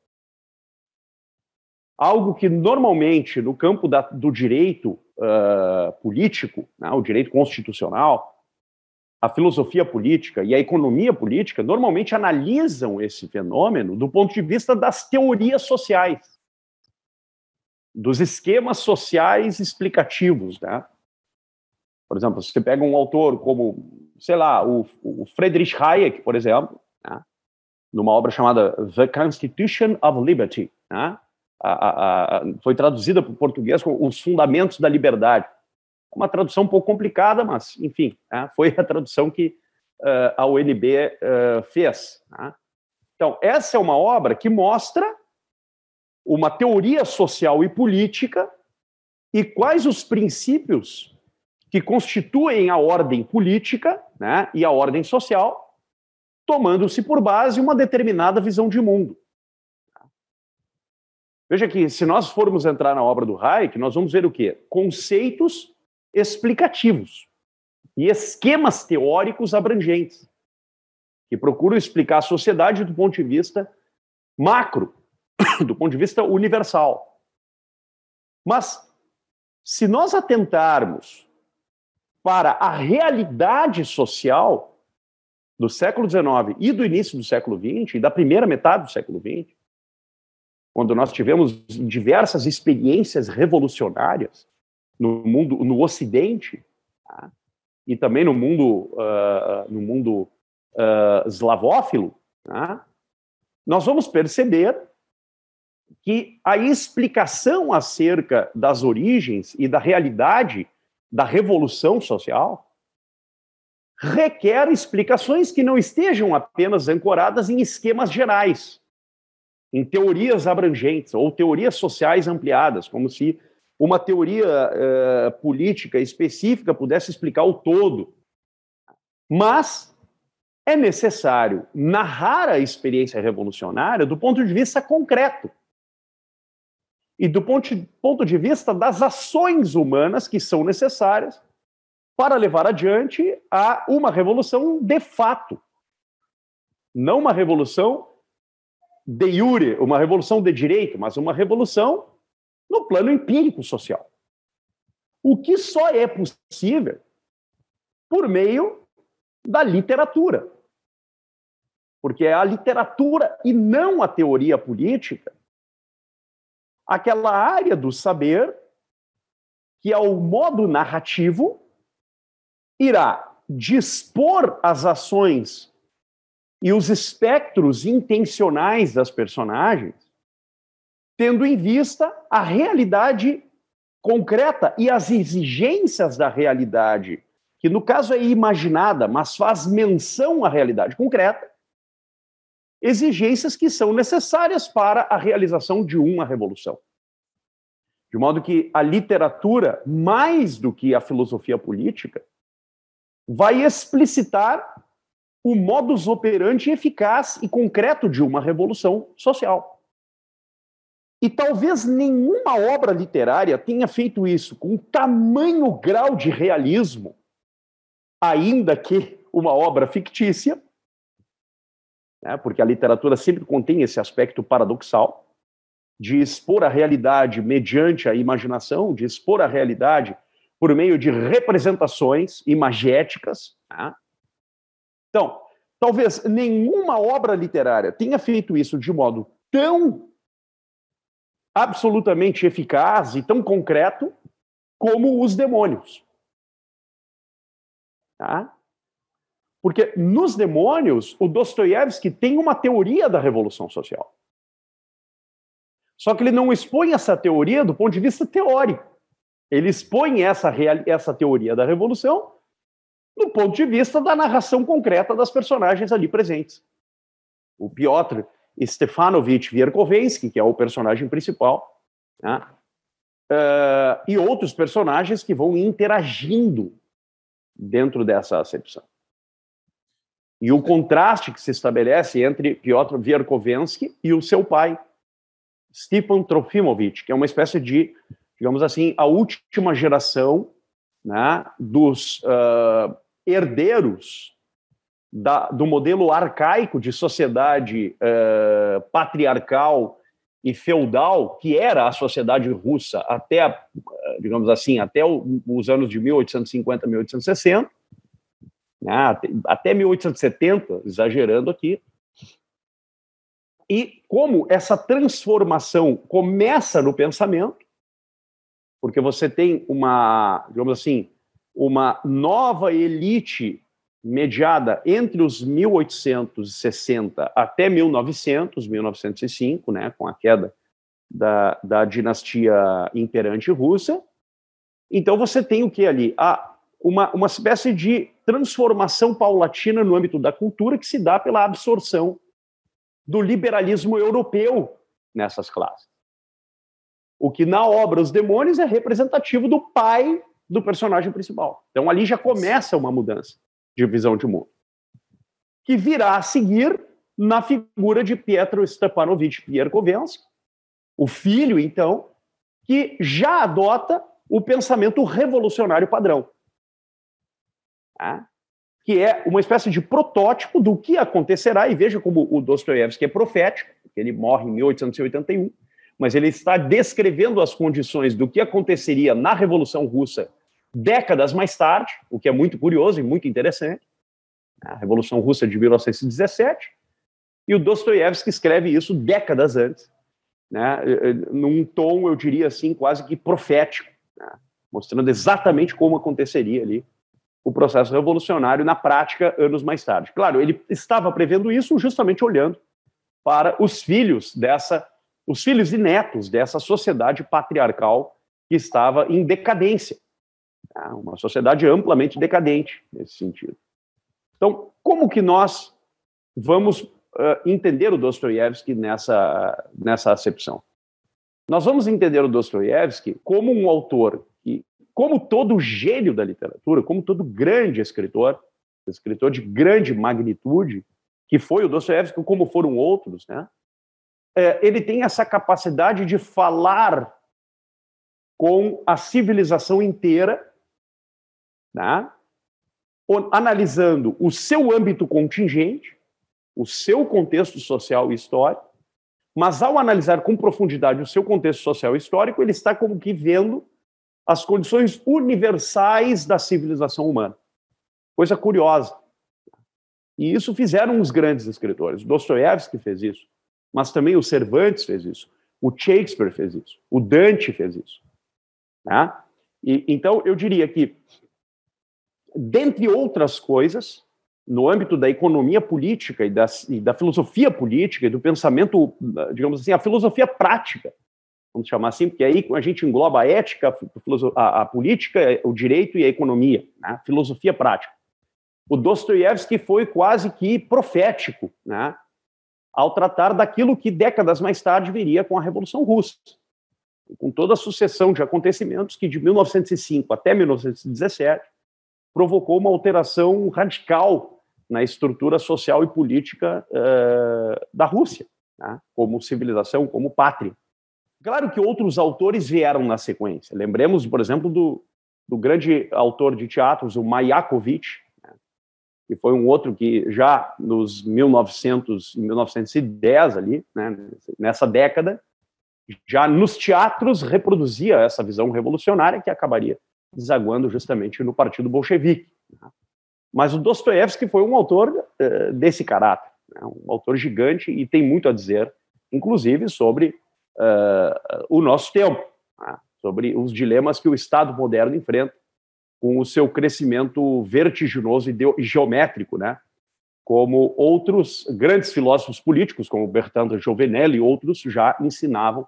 Speaker 3: Algo que normalmente, no campo da, do direito uh, político, né, o direito constitucional, a filosofia política e a economia política normalmente analisam esse fenômeno do ponto de vista das teorias sociais, dos esquemas sociais explicativos, né? Por exemplo, você pega um autor como, sei lá, o, o Friedrich Hayek, por exemplo, né? Numa obra chamada The Constitution of Liberty, né? a, a, a, foi traduzida para o português como Os Fundamentos da Liberdade. Uma tradução um pouco complicada, mas, enfim, né? Foi a tradução que uh, a U N B uh, fez. Tá? Então, essa é uma obra que mostra uma teoria social e política e quais os princípios que constituem a ordem política, né, e a ordem social, tomando-se por base uma determinada visão de mundo. Veja que, se nós formos entrar na obra do Hayek, nós vamos ver o quê? Conceitos explicativos e esquemas teóricos abrangentes, que procuram explicar a sociedade do ponto de vista macro, do ponto de vista universal. Mas, se nós atentarmos para a realidade social do século dezenove e do início do século vinte, e da primeira metade do século vinte, quando nós tivemos diversas experiências revolucionárias no mundo, no Ocidente, tá? E também no mundo, uh, no mundo uh, eslavófilo, tá? Nós vamos perceber que a explicação acerca das origens e da realidade da revolução social requer explicações que não estejam apenas ancoradas em esquemas gerais, em teorias abrangentes ou teorias sociais ampliadas, como se uma teoria uh, política específica pudesse explicar o todo. Mas é necessário narrar a experiência revolucionária do ponto de vista concreto e do ponto de, ponto de vista das ações humanas que são necessárias para levar adiante a uma revolução de fato. Não uma revolução de iure, uma revolução de direito, mas uma revolução no plano empírico social. O que só é possível por meio da literatura. Porque é a literatura e não a teoria política aquela área do saber que, ao modo narrativo, irá dispor as ações e os espectros intencionais das personagens, tendo em vista a realidade concreta e as exigências da realidade, que no caso é imaginada, mas faz menção à realidade concreta, exigências que são necessárias para a realização de uma revolução. De modo que a literatura, mais do que a filosofia política, vai explicitar o modus operandi eficaz e concreto de uma revolução social. E talvez nenhuma obra literária tenha feito isso com tamanho grau de realismo, ainda que uma obra fictícia, né, porque a literatura sempre contém esse aspecto paradoxal de expor a realidade mediante a imaginação, de expor a realidade por meio de representações imagéticas. Né? Então, talvez nenhuma obra literária tenha feito isso de modo tão absolutamente eficaz e tão concreto como Os Demônios. Tá? Porque nos Demônios, o Dostoiévski tem uma teoria da revolução social. Só que ele não expõe essa teoria do ponto de vista teórico. Ele expõe essa, real, essa teoria da revolução do ponto de vista da narração concreta das personagens ali presentes. O Piotr Stefanovich Verkovensky, que é o personagem principal, né? uh, e outros personagens que vão interagindo dentro dessa acepção. E o contraste que se estabelece entre Piotr Verkovensky e o seu pai, Stepan Trofimovich, que é uma espécie de, digamos assim, a última geração, né, dos uh, herdeiros da, do modelo arcaico de sociedade uh, patriarcal e feudal, que era a sociedade russa até, digamos assim, até o, os anos de mil oitocentos e cinquenta, mil oitocentos e sessenta, né, até, até mil oitocentos e setenta, exagerando aqui. E como essa transformação começa no pensamento, porque você tem uma, digamos assim, uma nova elite mediada entre os mil oitocentos e sessenta até mil e novecentos, mil novecentos e cinco, né, com a queda da, da dinastia imperante russa. Então você tem o que ali? A, uma, uma espécie de transformação paulatina no âmbito da cultura que se dá pela absorção do liberalismo europeu nessas classes. O que na obra Os Demônios é representativo do pai do personagem principal. Então ali já começa uma mudança de visão de mundo, que virá a seguir na figura de Pietro Stepanovich Bierkowski, o filho, então, que já adota o pensamento revolucionário padrão, tá? Que é uma espécie de protótipo do que acontecerá, e veja como o Dostoiévski é profético, porque ele morre em mil oitocentos e oitenta e um, mas ele está descrevendo as condições do que aconteceria na Revolução Russa décadas mais tarde, o que é muito curioso e muito interessante, a Revolução Russa de mil novecentos e dezessete, e o Dostoiévski escreve isso décadas antes, né, num tom, eu diria assim, quase que profético, né, mostrando exatamente como aconteceria ali o processo revolucionário na prática anos mais tarde. Claro, ele estava prevendo isso justamente olhando para os filhos dessa, os filhos e netos dessa sociedade patriarcal que estava em decadência, né, uma sociedade amplamente decadente nesse sentido. Então, como que nós vamos uh, entender o Dostoiévski nessa, nessa acepção? Nós vamos entender o Dostoiévski como um autor que, como todo gênio da literatura, como todo grande escritor, escritor de grande magnitude, que foi o Dostoiévski, como foram outros, né? É, ele tem essa capacidade de falar com a civilização inteira, né? Analisando o seu âmbito contingente, o seu contexto social e histórico, mas ao analisar com profundidade o seu contexto social e histórico, ele está como que vendo as condições universais da civilização humana. Coisa curiosa. E isso fizeram os grandes escritores. Dostoiévski fez isso, mas também o Cervantes fez isso, o Shakespeare fez isso, o Dante fez isso, né? E, então, eu diria que, dentre outras coisas, no âmbito da economia política e da, e da filosofia política e do pensamento, digamos assim, a filosofia prática, vamos chamar assim, porque aí a gente engloba a ética, a, a política, o direito e a economia, né? Filosofia prática. O Dostoiévski foi quase que profético, né? Ao tratar daquilo que décadas mais tarde viria com a Revolução Russa, com toda a sucessão de acontecimentos que de mil novecentos e cinco até mil novecentos e dezessete provocou uma alteração radical na estrutura social e política uh, da Rússia, né? Como civilização, como pátria. Claro que outros autores vieram na sequência. Lembremos, por exemplo, do, do grande autor de teatros, o Mayakovitch, né? Que foi um outro que já nos mil e novecentos, mil novecentos e dez, ali, né? Nessa década, já nos teatros reproduzia essa visão revolucionária que acabaria desaguando justamente no Partido Bolchevique. Mas o Dostoiévski foi um autor uh, desse caráter, né? Um autor gigante e tem muito a dizer, inclusive, sobre uh, o nosso tempo, né? Sobre os dilemas que o Estado moderno enfrenta com o seu crescimento vertiginoso e geométrico, né? Como outros grandes filósofos políticos, como Bertrand Jovenel e outros, já ensinavam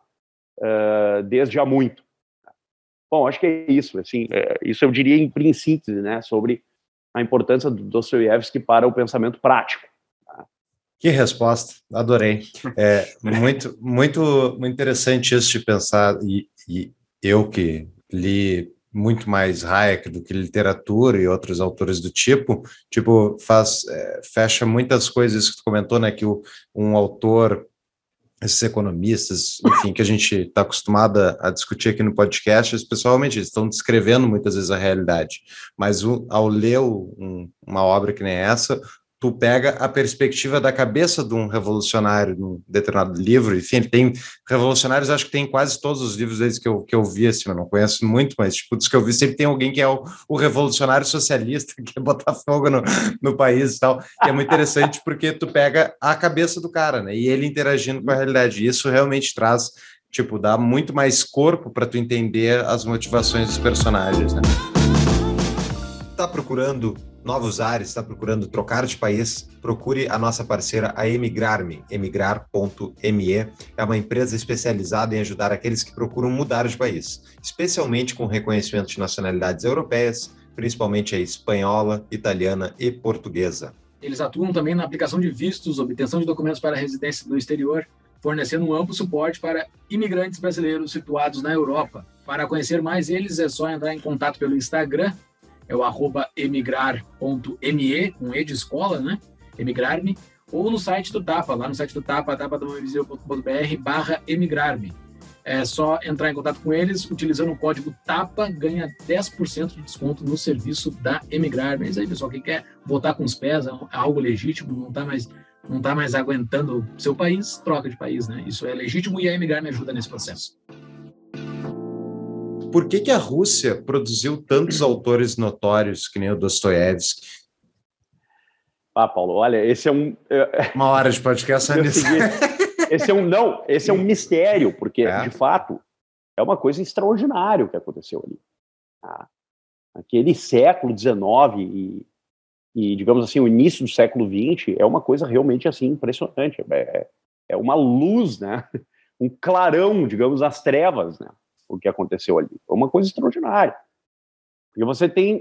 Speaker 3: uh, desde há muito. Bom, acho que é isso. Assim, é, isso eu diria em, em síntese, né, sobre a importância do Dostoiévski para o pensamento prático.
Speaker 1: Que resposta, adorei. É muito, muito, muito interessante isso de pensar, e, e eu que li muito mais Hayek do que literatura e outros autores do tipo, tipo, faz, é, fecha muitas coisas que tu comentou, né, que o, um autor, esses economistas, enfim, que a gente está acostumado a discutir aqui no podcast, eles pessoalmente eles estão descrevendo muitas vezes a realidade, mas o, ao ler um, uma obra que nem essa, tu pega a perspectiva da cabeça de um revolucionário num determinado livro, enfim, ele tem revolucionários, acho que tem quase todos os livros deles que eu, que eu vi, assim, eu não conheço muito, mas tipo, dos que eu vi, sempre tem alguém que é o, o revolucionário socialista, que quer botar fogo no, no país e tal, e é muito interessante porque tu pega a cabeça do cara, né, e ele interagindo com a realidade, e isso realmente traz, tipo, dá muito mais corpo para tu entender as motivações dos personagens, né. Tá procurando novos ares, está procurando trocar de país, procure a nossa parceira, a Emigrar-me, emigrar ponto me. É uma empresa especializada em ajudar aqueles que procuram mudar de país, especialmente com reconhecimento de nacionalidades europeias, principalmente a espanhola, italiana e portuguesa.
Speaker 5: Eles atuam também na aplicação de vistos, obtenção de documentos para residência no exterior, fornecendo um amplo suporte para imigrantes brasileiros situados na Europa. Para conhecer mais eles, é só entrar em contato pelo Instagram, é o arroba emigrar ponto me, com E de escola, né? Emigrar-me, ou no site do Tapa, lá no site do Tapa, tapa ponto viseu ponto com ponto b r barra emigrar-me. É só entrar em contato com eles, utilizando o código TAPA, ganha dez por cento de desconto no serviço da Emigrar-me. É isso aí, pessoal, quem quer voltar com os pés, é algo legítimo, não está mais, não tá mais aguentando seu país, troca de país, né? Isso é legítimo e a Emigrar-me ajuda nesse processo.
Speaker 1: Por que que a Rússia produziu tantos autores notórios que nem o Dostoiévski?
Speaker 3: Ah, Paulo, olha, esse é um...
Speaker 1: Uma hora de podcast nisso.
Speaker 3: Esse é um, não, esse é um mistério, porque, é. de fato, é uma coisa extraordinária o que aconteceu ali. Ah, aquele século dezenove e, e, digamos assim, o início do século vinte é uma coisa realmente, assim, impressionante. É, é uma luz, né? Um clarão, digamos, nas trevas, né? O que aconteceu ali. É uma coisa extraordinária. Porque você tem,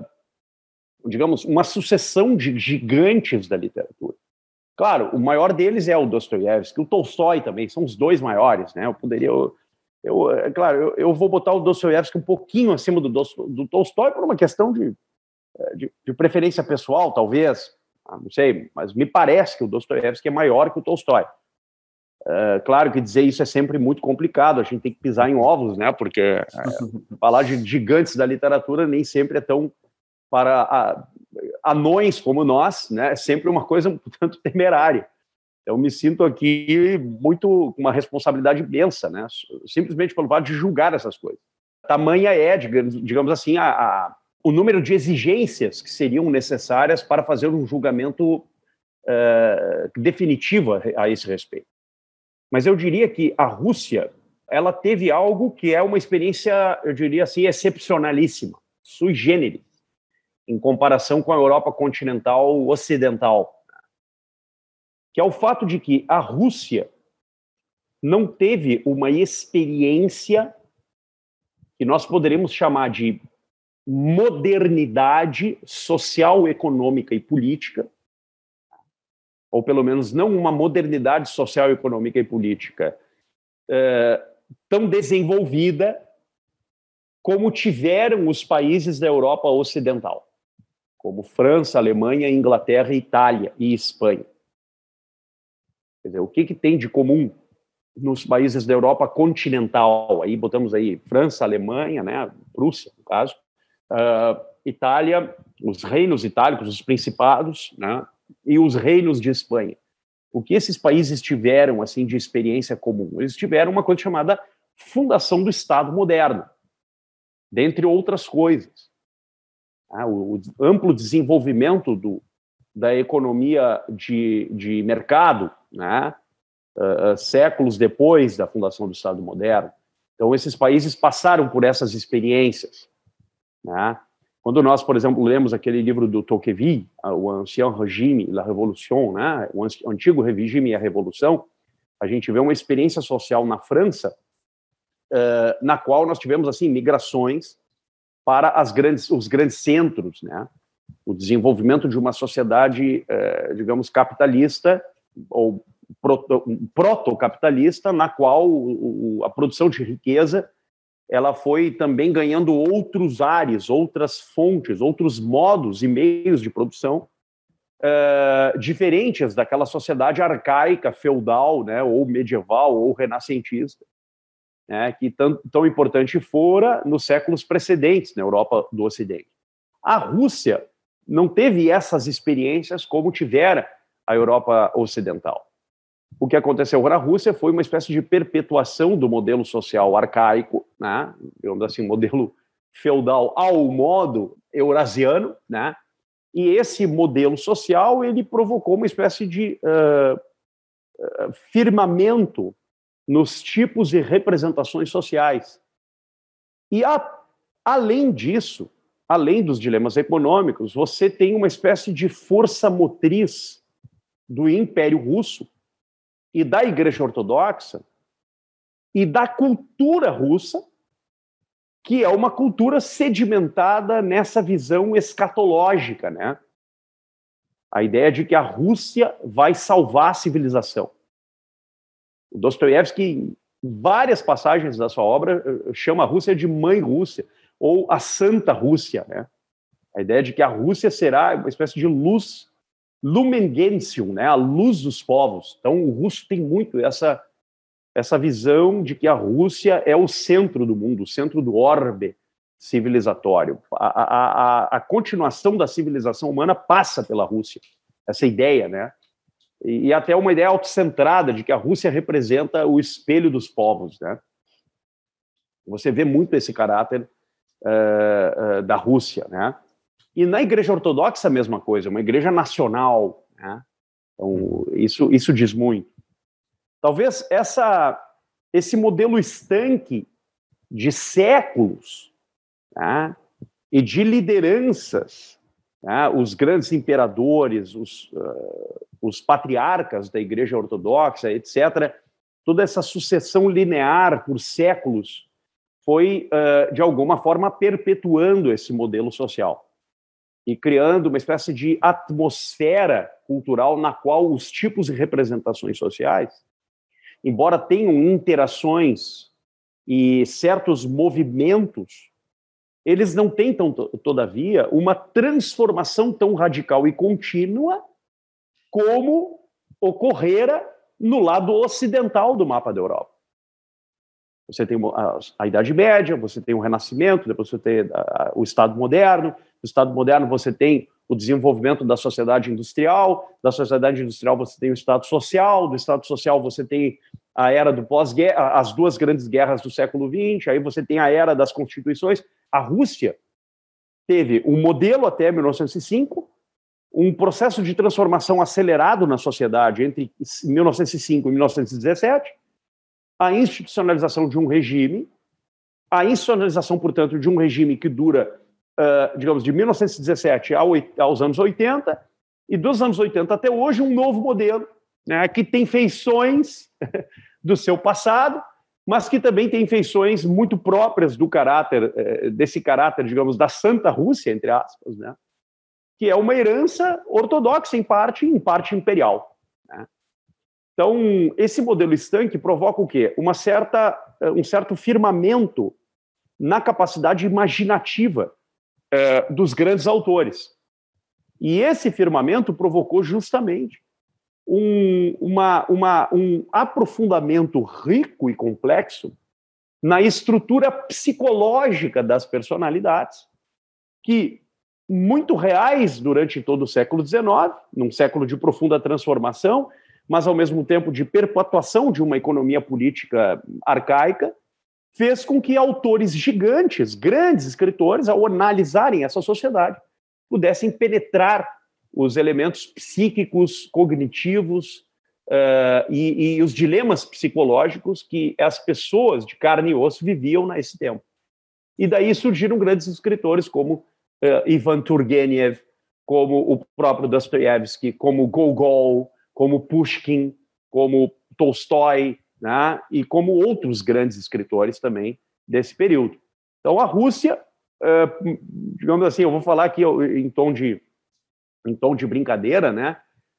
Speaker 3: uh, digamos, uma sucessão de gigantes da literatura. Claro, o maior deles é o Dostoiévski, o Tolstói também, são os dois maiores, né? Eu poderia... Eu, eu, é claro, eu, eu vou botar o Dostoiévski um pouquinho acima do, do Tolstói por uma questão de, de, de preferência pessoal, talvez, ah, não sei, mas me parece que o Dostoiévski é maior que o Tolstói. É, claro que dizer isso é sempre muito complicado, a gente tem que pisar em ovos, né? Porque é, falar de gigantes da literatura nem sempre é tão... para a, anões como nós, né, é sempre uma coisa um tanto temerária. Eu me sinto aqui muito com uma responsabilidade imensa, né, simplesmente pelo fato de julgar essas coisas. Tamanha é, digamos assim, a, a, o número de exigências que seriam necessárias para fazer um julgamento uh, definitivo a, a esse respeito. Mas eu diria que a Rússia, ela teve algo que é uma experiência, eu diria assim, excepcionalíssima, sui generis, em comparação com a Europa continental ocidental, que é o fato de que a Rússia não teve uma experiência que nós poderemos chamar de modernidade social, econômica e política, ou pelo menos não uma modernidade social, econômica e política é, tão desenvolvida como tiveram os países da Europa ocidental, como França, Alemanha, Inglaterra, Itália e Espanha. Quer dizer, o que, que tem de comum nos países da Europa continental? Aí botamos aí França, Alemanha, né, Prússia, no caso, uh, Itália, os reinos itálicos, os principados, né, e os reinos de Espanha. O que esses países tiveram assim de experiência comum? Eles tiveram uma coisa chamada fundação do Estado moderno, dentre outras coisas. Ah, o, o amplo desenvolvimento do, da economia de, de mercado, né, uh, uh, séculos depois da fundação do Estado moderno. Então, esses países passaram por essas experiências. Né? Quando nós, por exemplo, lemos aquele livro do Tocqueville, O Ancien Régime e la Révolution, né, o Antigo Regime e a Revolução, a gente vê uma experiência social na França, uh, na qual nós tivemos assim migrações para as grandes, os grandes centros, né? O desenvolvimento de uma sociedade, eh, digamos, capitalista ou proto, proto-capitalista, na qual o, o, a produção de riqueza ela foi também ganhando outros ares, outras fontes, outros modos e meios de produção eh, diferentes daquela sociedade arcaica, feudal, né? Ou medieval, ou renascentista. Né, que tão, tão importante fora nos séculos precedentes na Europa do Ocidente. A Rússia não teve essas experiências como tivera a Europa Ocidental. O que aconteceu na Rússia foi uma espécie de perpetuação do modelo social arcaico, né, digamos assim, modelo feudal ao modo eurasiano, né, e esse modelo social ele provocou uma espécie de uh, uh, firmamento nos tipos e representações sociais. E, a, além disso, além dos dilemas econômicos, você tem uma espécie de força motriz do Império Russo e da Igreja Ortodoxa e da cultura russa que é uma cultura sedimentada nessa visão escatológica, né? A ideia de que a Rússia vai salvar a civilização. O Dostoiévski, em várias passagens da sua obra, chama a Rússia de Mãe Rússia, ou a Santa Rússia, né? A ideia de que a Rússia será uma espécie de luz, lumen gentium, né? A luz dos povos. Então, o russo tem muito essa, essa visão de que a Rússia é o centro do mundo, o centro do orbe civilizatório. A, a, a, a continuação da civilização humana passa pela Rússia. Essa ideia, né? E, e até uma ideia autocentrada de que a Rússia representa o espelho dos povos, né? Você vê muito esse caráter uh, uh, da Rússia, né? E na Igreja Ortodoxa a mesma coisa, uma igreja nacional, né? Então, isso, isso diz muito. Talvez essa, esse modelo estanque de séculos, né? E de lideranças, né? Os grandes imperadores, os, uh, os patriarcas da Igreja Ortodoxa, etcétera, toda essa sucessão linear por séculos foi, uh, de alguma forma, perpetuando esse modelo social e criando uma espécie de atmosfera cultural na qual os tipos de representações sociais, embora tenham interações e certos movimentos, eles não têm, tão, todavia, uma transformação tão radical e contínua como ocorrera no lado ocidental do mapa da Europa. Você tem a, a Idade Média, você tem o Renascimento, depois você tem a, o Estado Moderno. No Estado Moderno você tem o desenvolvimento da sociedade industrial, da sociedade industrial você tem o Estado Social, do Estado Social você tem a era do pós-guerra, as duas grandes guerras do século vinte, aí você tem a era das constituições. A Rússia teve um modelo até mil novecentos e cinco, um processo de transformação acelerado na sociedade entre mil novecentos e cinco e mil novecentos e dezessete, a institucionalização de um regime, a institucionalização, portanto, de um regime que dura, uh, digamos, de mil novecentos e dezessete ao, aos anos oitenta, e dos anos oitenta até hoje, um novo modelo, né, que tem feições do seu passado, mas que também tem feições muito próprias do caráter, uh, desse caráter, digamos, da Santa Rússia, entre aspas, né, que é uma herança ortodoxa, em parte, em parte imperial, né. Então, esse modelo estanque provoca o quê? Uma certa, um certo firmamento na capacidade imaginativa eh, dos grandes autores. E esse firmamento provocou justamente um, uma, uma, um aprofundamento rico e complexo na estrutura psicológica das personalidades, que, muito reais durante todo o século dezenove, num século de profunda transformação, mas, ao mesmo tempo, de perpetuação de uma economia política arcaica, fez com que autores gigantes, grandes escritores, ao analisarem essa sociedade, pudessem penetrar os elementos psíquicos, cognitivos uh, e, e os dilemas psicológicos que as pessoas de carne e osso viviam nesse tempo. E daí surgiram grandes escritores como uh, Ivan Turgenev, como o próprio Dostoiévski, como Gogol, como Pushkin, como Tolstói, né, e como outros grandes escritores também desse período. Então, a Rússia, uh, digamos assim, eu vou falar aqui em tom de, em tom de brincadeira, né,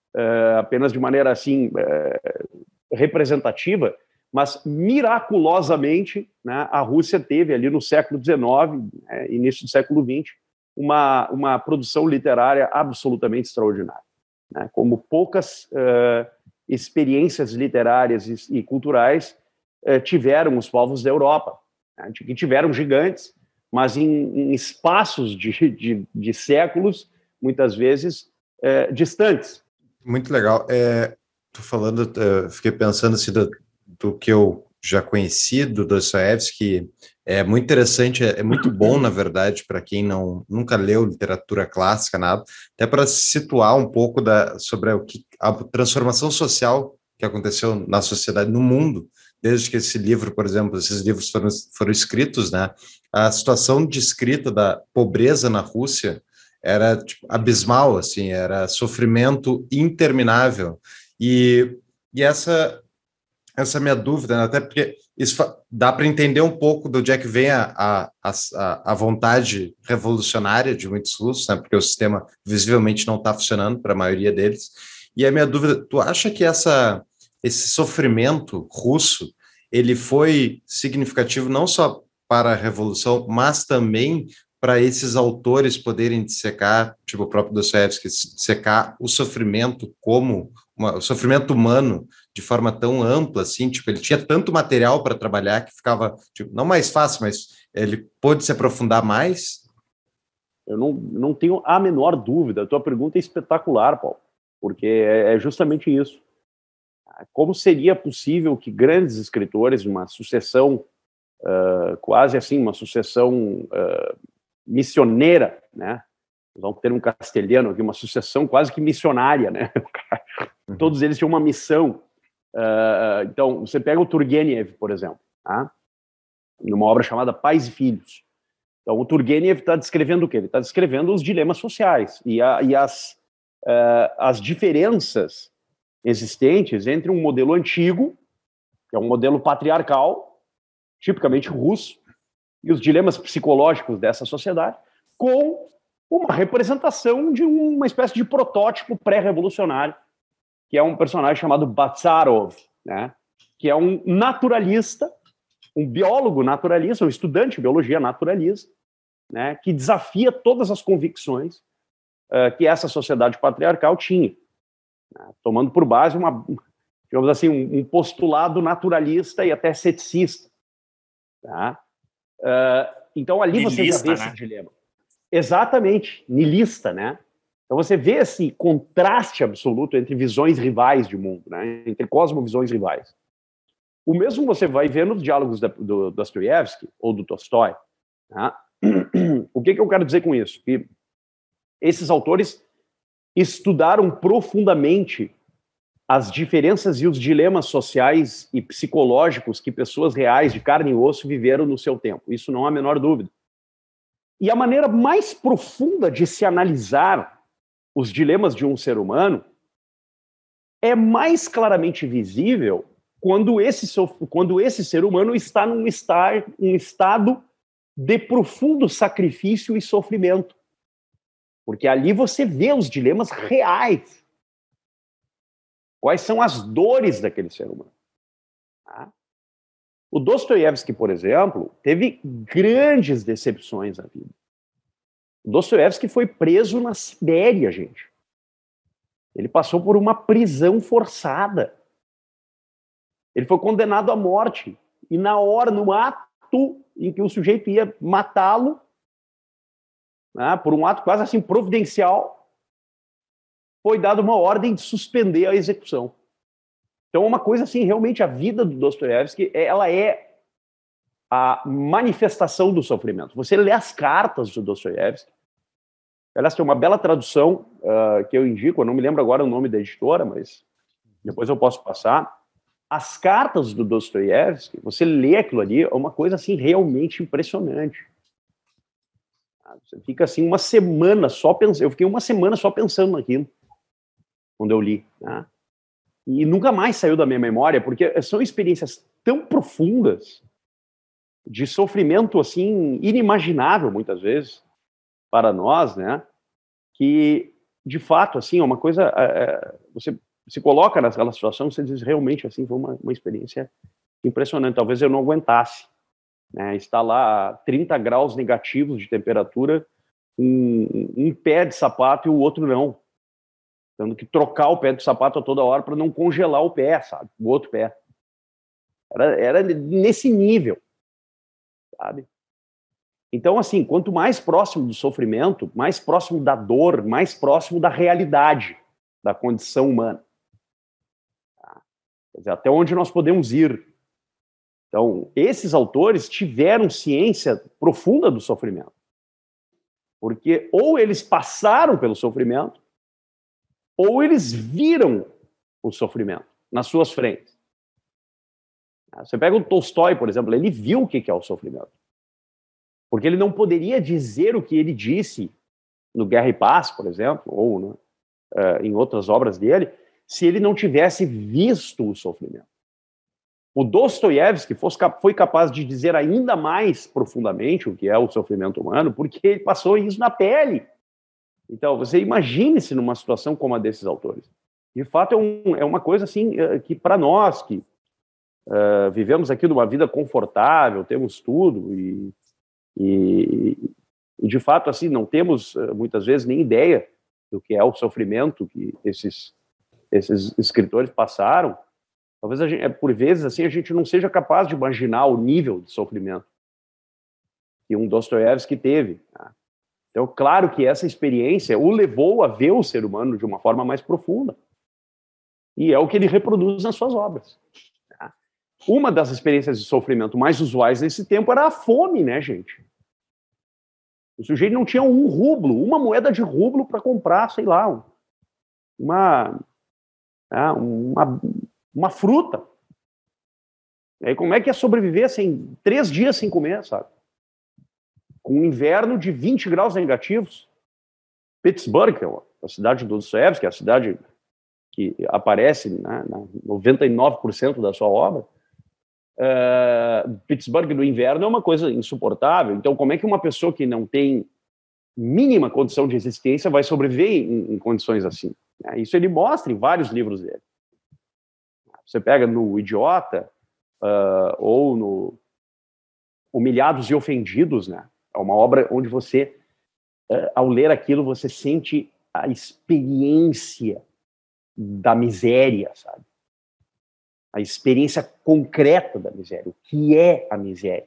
Speaker 3: uh, apenas de maneira assim uh, representativa, mas miraculosamente, né, a Rússia teve ali no século dezenove, né, início do século vinte, uma, uma produção literária absolutamente extraordinária, né, como poucas uh, experiências literárias e, e culturais uh, tiveram os povos da Europa, né, que tiveram gigantes, mas em, em espaços de, de, de séculos, muitas vezes, uh, distantes.
Speaker 1: Muito legal. É, tô falando, uh, fiquei pensando assim, do, do que eu já conheci do Dostoiévski, é muito interessante, é, é muito bom, na verdade, para quem não, nunca leu literatura clássica, nada, até para se situar um pouco da, sobre o que, a transformação social que aconteceu na sociedade, no mundo, desde que esse livro, por exemplo, esses livros foram, foram escritos, né? A situação descrita da pobreza na Rússia era tipo, abismal, assim, era sofrimento interminável, e, e essa... essa minha dúvida, né? Até porque isso dá para entender um pouco de onde é que vem a, a, a, a vontade revolucionária de muitos russos, né? Porque o sistema visivelmente não está funcionando para a maioria deles. E a minha dúvida, tu acha que essa, esse sofrimento russo ele foi significativo não só para a revolução, mas também para esses autores poderem dissecar, tipo o próprio Dostoiévski, dissecar o sofrimento como uma, o sofrimento humano de forma tão ampla, assim, tipo, ele tinha tanto material para trabalhar que ficava, tipo, não mais fácil, mas ele pôde se aprofundar mais?
Speaker 3: Eu não, não tenho a menor dúvida. A tua pergunta é espetacular, Paulo, porque é, é justamente isso. Como seria possível que grandes escritores, uma sucessão, uh, quase assim, uma sucessão uh, missioneira, né? Usar um termo castelhano aqui, uma sucessão quase que missionária, né? Todos eles tinham uma missão. Uh, então, você pega o Turgenev, por exemplo, tá? Numa obra chamada Pais e Filhos. Então, o Turgenev está descrevendo o quê? Ele está descrevendo os dilemas sociais e, a, e as, uh, as diferenças existentes entre um modelo antigo, que é um modelo patriarcal, tipicamente russo, e os dilemas psicológicos dessa sociedade, com uma representação de uma espécie de protótipo pré-revolucionário, que é um personagem chamado Batsarov, né? Que é um naturalista, um biólogo naturalista, um estudante de biologia naturalista, né? Que desafia todas as convicções uh, que essa sociedade patriarcal tinha, né? Tomando por base uma, digamos assim, um, um postulado naturalista e até ceticista. Tá? Uh, então ali nilista, você já vê, né, esse dilema. Exatamente, nilista, né? Então você vê esse contraste absoluto entre visões rivais de mundo, né? Entre cosmovisões rivais. O mesmo você vai ver nos diálogos da, do Dostoiévski ou do Tolstói. Tá? O que, que eu quero dizer com isso? Que esses autores estudaram profundamente as diferenças e os dilemas sociais e psicológicos que pessoas reais de carne e osso viveram no seu tempo. Isso não há a menor dúvida. E a maneira mais profunda de se analisar os dilemas de um ser humano é mais claramente visível quando esse, quando esse ser humano está num estar, um estado de profundo sacrifício e sofrimento. Porque ali você vê os dilemas reais. Quais são as dores daquele ser humano. Tá? O Dostoiévski, por exemplo, teve grandes decepções na vida. O Dostoiévski foi preso na Sibéria, gente. Ele passou por uma prisão forçada. Ele foi condenado à morte. E na hora, no ato em que o sujeito ia matá-lo, né, por um ato quase assim providencial, foi dada uma ordem de suspender a execução. Então, uma coisa assim, realmente a vida do Dostoiévski, ela é a manifestação do sofrimento. Você lê as cartas do Dostoiévski, elas têm uma bela tradução uh, que eu indico, eu não me lembro agora o nome da editora, mas depois eu posso passar. As cartas do Dostoiévski, você lê aquilo ali, é uma coisa assim realmente impressionante. Você fica assim uma semana só pensando, eu fiquei uma semana só pensando naquilo, quando eu li, né? E nunca mais saiu da minha memória, porque são experiências tão profundas, de sofrimento, assim, inimaginável, muitas vezes, para nós, né, que, de fato, assim, é uma coisa, é, você se coloca naquela situação, você diz, realmente, assim, foi uma, uma experiência impressionante, talvez eu não aguentasse, né, estar lá a trinta graus negativos de temperatura, um, um pé de sapato e o outro não, tendo que trocar o pé de sapato a toda hora para não congelar o pé, sabe? O outro pé. Era, era nesse nível, sabe? Então, assim, quanto mais próximo do sofrimento, mais próximo da dor, mais próximo da realidade da condição humana. Tá? Quer dizer, até onde nós podemos ir. Então, esses autores tiveram ciência profunda do sofrimento. Porque ou eles passaram pelo sofrimento, ou eles viram o sofrimento nas suas frentes. Você pega o Tolstói, por exemplo, ele viu o que é o sofrimento. Porque ele não poderia dizer o que ele disse no Guerra e Paz, por exemplo, ou né, uh, em outras obras dele, se ele não tivesse visto o sofrimento. O Dostoiévski foi capaz de dizer ainda mais profundamente o que é o sofrimento humano, porque ele passou isso na pele. Então, você imagine-se numa situação como a desses autores. De fato, é, um, é uma coisa assim, que para nós, que uh, vivemos aqui numa vida confortável, temos tudo, e, e, e de fato, assim, não temos muitas vezes nem ideia do que é o sofrimento que esses, esses escritores passaram. Talvez, a gente, por vezes, assim, a gente não seja capaz de imaginar o nível de sofrimento que um Dostoiévski teve. Tá? Então, claro que essa experiência o levou a ver o ser humano de uma forma mais profunda. E é o que ele reproduz nas suas obras. Tá? Uma das experiências de sofrimento mais usuais nesse tempo era a fome, né, gente? O sujeito não tinha um rublo, uma moeda de rublo para comprar, sei lá, uma... uma uma fruta. E aí, como é que é sobreviver sem três dias sem comer, sabe? Com um inverno de vinte graus negativos. Pittsburgh, que é a cidade do Dostoiévski, que é a cidade que aparece, né, na noventa e nove por cento da sua obra, uh, Pittsburgh no inverno é uma coisa insuportável. Então, como é que uma pessoa que não tem mínima condição de existência vai sobreviver em, em condições assim? Isso ele mostra em vários livros dele. Você pega no Idiota, uh, ou no Humilhados e Ofendidos, né? É uma obra onde você, uh, ao ler aquilo, você sente a experiência da miséria, sabe? A experiência concreta da miséria, o que é a miséria,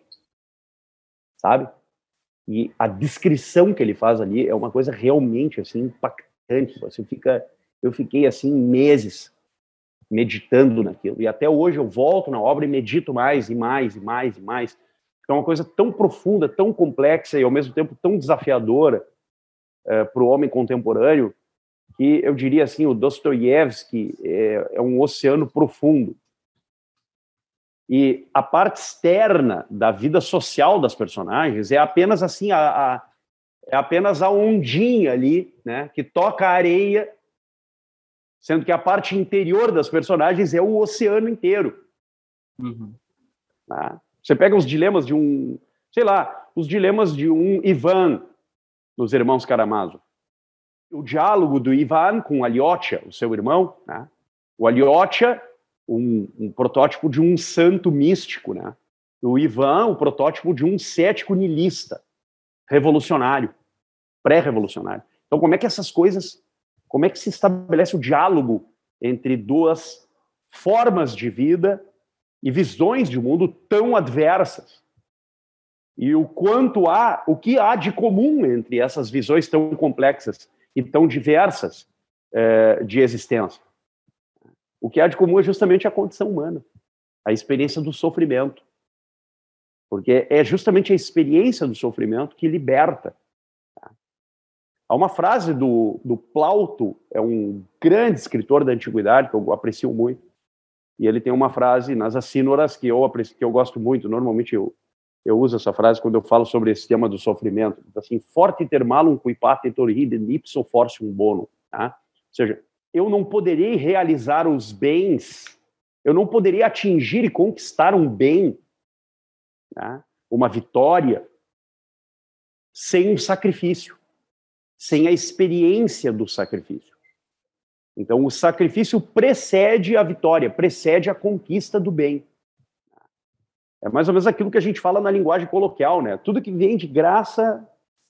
Speaker 3: sabe? E a descrição que ele faz ali é uma coisa realmente, assim, impactante. Você fica... Eu fiquei, assim, meses meditando naquilo. E até hoje eu volto na obra e medito mais e mais e mais e mais. É uma coisa tão profunda, tão complexa e ao mesmo tempo tão desafiadora é, para o homem contemporâneo, que eu diria assim, o Dostoiévski é, é um oceano profundo. E a parte externa da vida social das personagens é apenas assim, a, a, é apenas a ondinha ali, né, que toca a areia, sendo que a parte interior das personagens é o oceano inteiro.
Speaker 2: Uhum.
Speaker 3: Tá? Você pega os dilemas de um, sei lá, os dilemas de um Ivan, dos irmãos Karamazov. O diálogo do Ivan com Alyosha, o seu irmão, né? O Alyosha, um, um protótipo de um santo místico, né? O Ivan, o protótipo de um cético niilista, revolucionário, pré-revolucionário. Então, como é que essas coisas... Como é que se estabelece o diálogo entre duas formas de vida e visões de mundo tão adversas? E o quanto há, o que há de comum entre essas visões tão complexas e tão diversas eh, de existência? O que há de comum é justamente a condição humana, a experiência do sofrimento. Porque é justamente a experiência do sofrimento que liberta. Há uma frase do, do Plauto, é um grande escritor da antiguidade, que eu aprecio muito, e ele tem uma frase nas Assínoras que eu, aprecio, que eu gosto muito, normalmente eu, eu uso essa frase quando eu falo sobre esse tema do sofrimento, assim, forte ter malum cui patetor idem ipso fortium bonum, tá? Ou seja, eu não poderei realizar os bens, eu não poderia atingir e conquistar um bem, tá? Uma vitória, sem um sacrifício, sem a experiência do sacrifício. Então, o sacrifício precede a vitória, precede a conquista do bem. É mais ou menos aquilo que a gente fala na linguagem coloquial, né? Tudo que vem de graça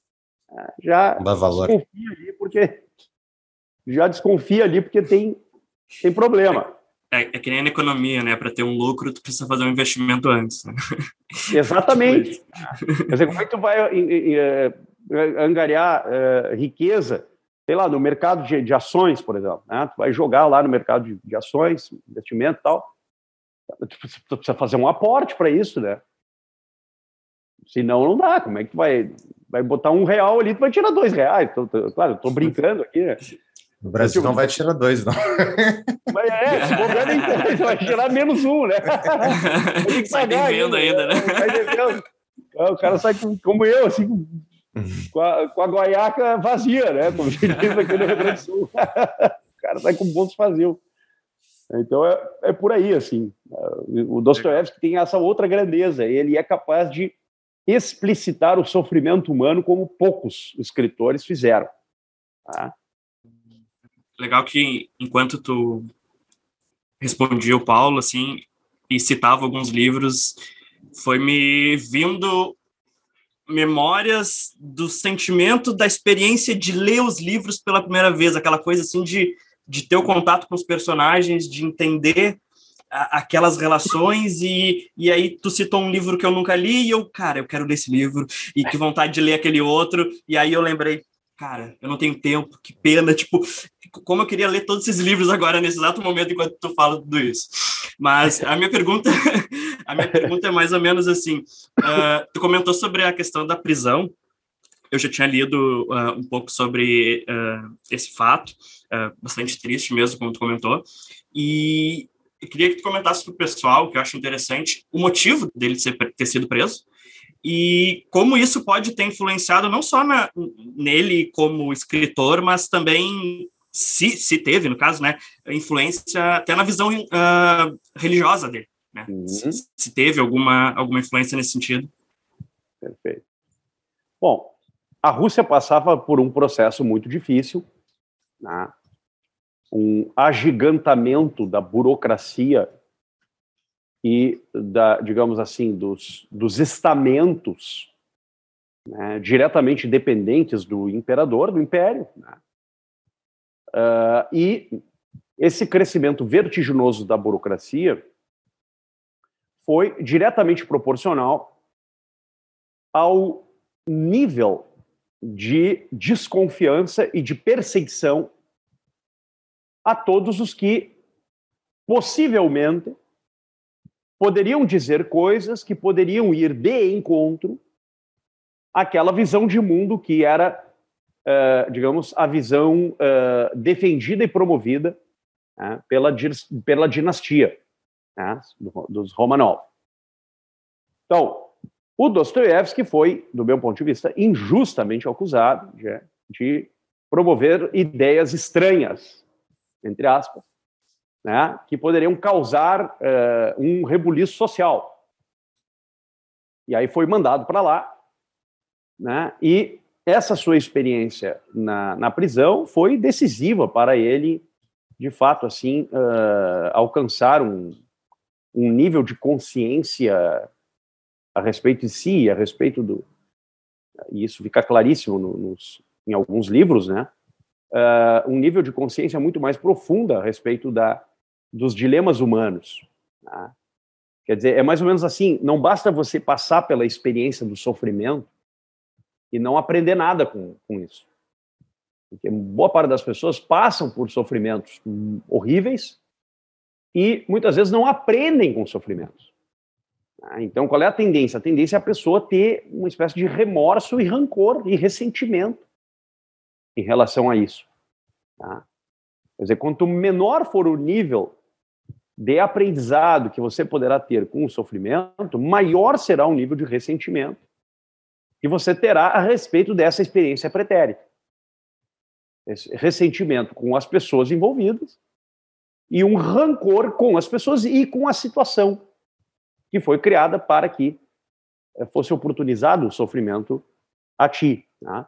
Speaker 3: já
Speaker 1: dá valor.
Speaker 3: Desconfia ali porque já desconfia ali porque tem, tem problema.
Speaker 2: É, é que nem na economia, né? Para ter um lucro, tu precisa fazer um investimento antes. Né?
Speaker 3: Exatamente. Quer dizer, como é que tu vai angariar uh, riqueza, sei lá, no mercado de, de ações, por exemplo, né? Tu vai jogar lá no mercado de, de ações, investimento e tal, tu, tu precisa fazer um aporte para isso, né? Senão não dá, como é que tu vai, vai botar um real ali, tu vai tirar dois reais, tô, tô, claro, eu tô brincando aqui, né?
Speaker 1: No Brasil tipo, não vai tirar dois, não.
Speaker 3: Mas é, se bobear nem dois, vai tirar menos um, né? Tem que
Speaker 2: sai devendo ainda, né?
Speaker 3: Sai devendo. O cara sai com, como eu, assim, com a, com a goiaca vazia, né? Como se diz aqui no Rio Grande do Sul. O cara sai com o bolso vazio. Então é, é por aí, assim. O Dostoiévski tem essa outra grandeza. Ele é capaz de explicitar o sofrimento humano como poucos escritores fizeram. Tá?
Speaker 2: Legal que, enquanto tu respondia o Paulo, assim, e citava alguns livros, foi me vindo memórias do sentimento, da experiência de ler os livros pela primeira vez, aquela coisa, assim, de, de ter o contato com os personagens, de entender a, aquelas relações, e, e aí tu citou um livro que eu nunca li, e eu, cara, eu quero ler esse livro, e que vontade de ler aquele outro, e aí eu lembrei, cara, eu não tenho tempo, que pena, tipo, como eu queria ler todos esses livros agora, nesse exato momento, enquanto tu fala tudo isso. Mas a minha pergunta, a minha pergunta é mais ou menos assim, uh, tu comentou sobre a questão da prisão, eu já tinha lido uh, um pouco sobre uh, esse fato, uh, bastante triste mesmo, como tu comentou, e eu queria que tu comentasse para o pessoal, que eu acho interessante, o motivo dele ser, ter sido preso, e como isso pode ter influenciado não só na, nele como escritor, mas também, se, se teve, no caso, né, influência até na visão uh, religiosa dele, né? Uhum. Se, se teve alguma, alguma influência nesse sentido.
Speaker 3: Perfeito. Bom, a Rússia passava por um processo muito difícil, né? Um agigantamento da burocracia e, da, digamos assim, dos, dos estamentos, né, diretamente dependentes do imperador, do império. Né? Uh, e esse crescimento vertiginoso da burocracia foi diretamente proporcional ao nível de desconfiança e de perseguição a todos os que possivelmente poderiam dizer coisas que poderiam ir de encontro àquela visão de mundo que era, uh, digamos, a visão uh, defendida e promovida uh, pela, pela dinastia uh, dos Romanov. Então, o Dostoiévski foi, do meu ponto de vista, injustamente acusado de, de promover ideias estranhas, entre aspas, né, que poderiam causar uh, um rebuliço social. E aí foi mandado para lá, né, e essa sua experiência na, na prisão foi decisiva para ele, de fato, assim, uh, alcançar um, um nível de consciência a respeito de si, a respeito do... E isso fica claríssimo no, nos, em alguns livros, né, uh, um nível de consciência muito mais profunda a respeito da dos dilemas humanos. Tá? Quer dizer, é mais ou menos assim, não basta você passar pela experiência do sofrimento e não aprender nada com, com isso. Porque boa parte das pessoas passam por sofrimentos horríveis e muitas vezes não aprendem com sofrimentos. Tá? Então, qual é a tendência? A tendência é a pessoa ter uma espécie de remorso e rancor e ressentimento em relação a isso. Tá? Quer dizer, quanto menor for o nível de aprendizado que você poderá ter com o sofrimento, maior será o nível de ressentimento que você terá a respeito dessa experiência pretérita. Esse ressentimento com as pessoas envolvidas e um rancor com as pessoas e com a situação que foi criada para que fosse oportunizado o sofrimento a ti. Tá?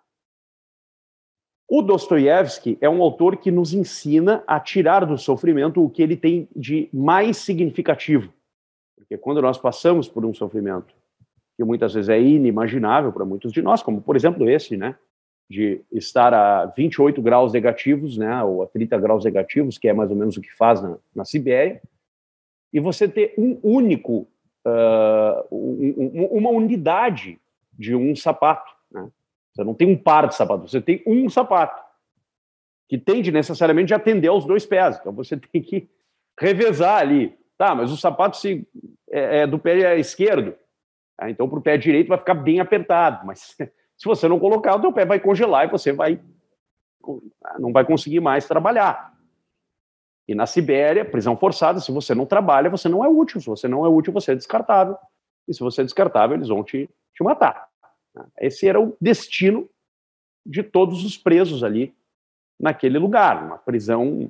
Speaker 3: O Dostoiévski é um autor que nos ensina a tirar do sofrimento o que ele tem de mais significativo. Porque quando nós passamos por um sofrimento que muitas vezes é inimaginável para muitos de nós, como, por exemplo, esse, né, de estar a vinte e oito graus negativos, né, ou a trinta graus negativos, que é mais ou menos o que faz na, na Sibéria, e você ter um único, uh, um, um, uma unidade de um sapato, né? Você não tem um par de sapatos, você tem um sapato, que tende necessariamente a atender aos dois pés. Então você tem que revezar ali. Tá, mas o sapato se, é, é do pé esquerdo. Tá? Então para o pé direito vai ficar bem apertado. Mas se você não colocar, o teu pé vai congelar e você vai, não vai conseguir mais trabalhar. E na Sibéria, prisão forçada, se você não trabalha, você não é útil. Se você não é útil, você é descartável. E se você é descartável, eles vão te, te matar. Esse era o destino de todos os presos ali naquele lugar, uma prisão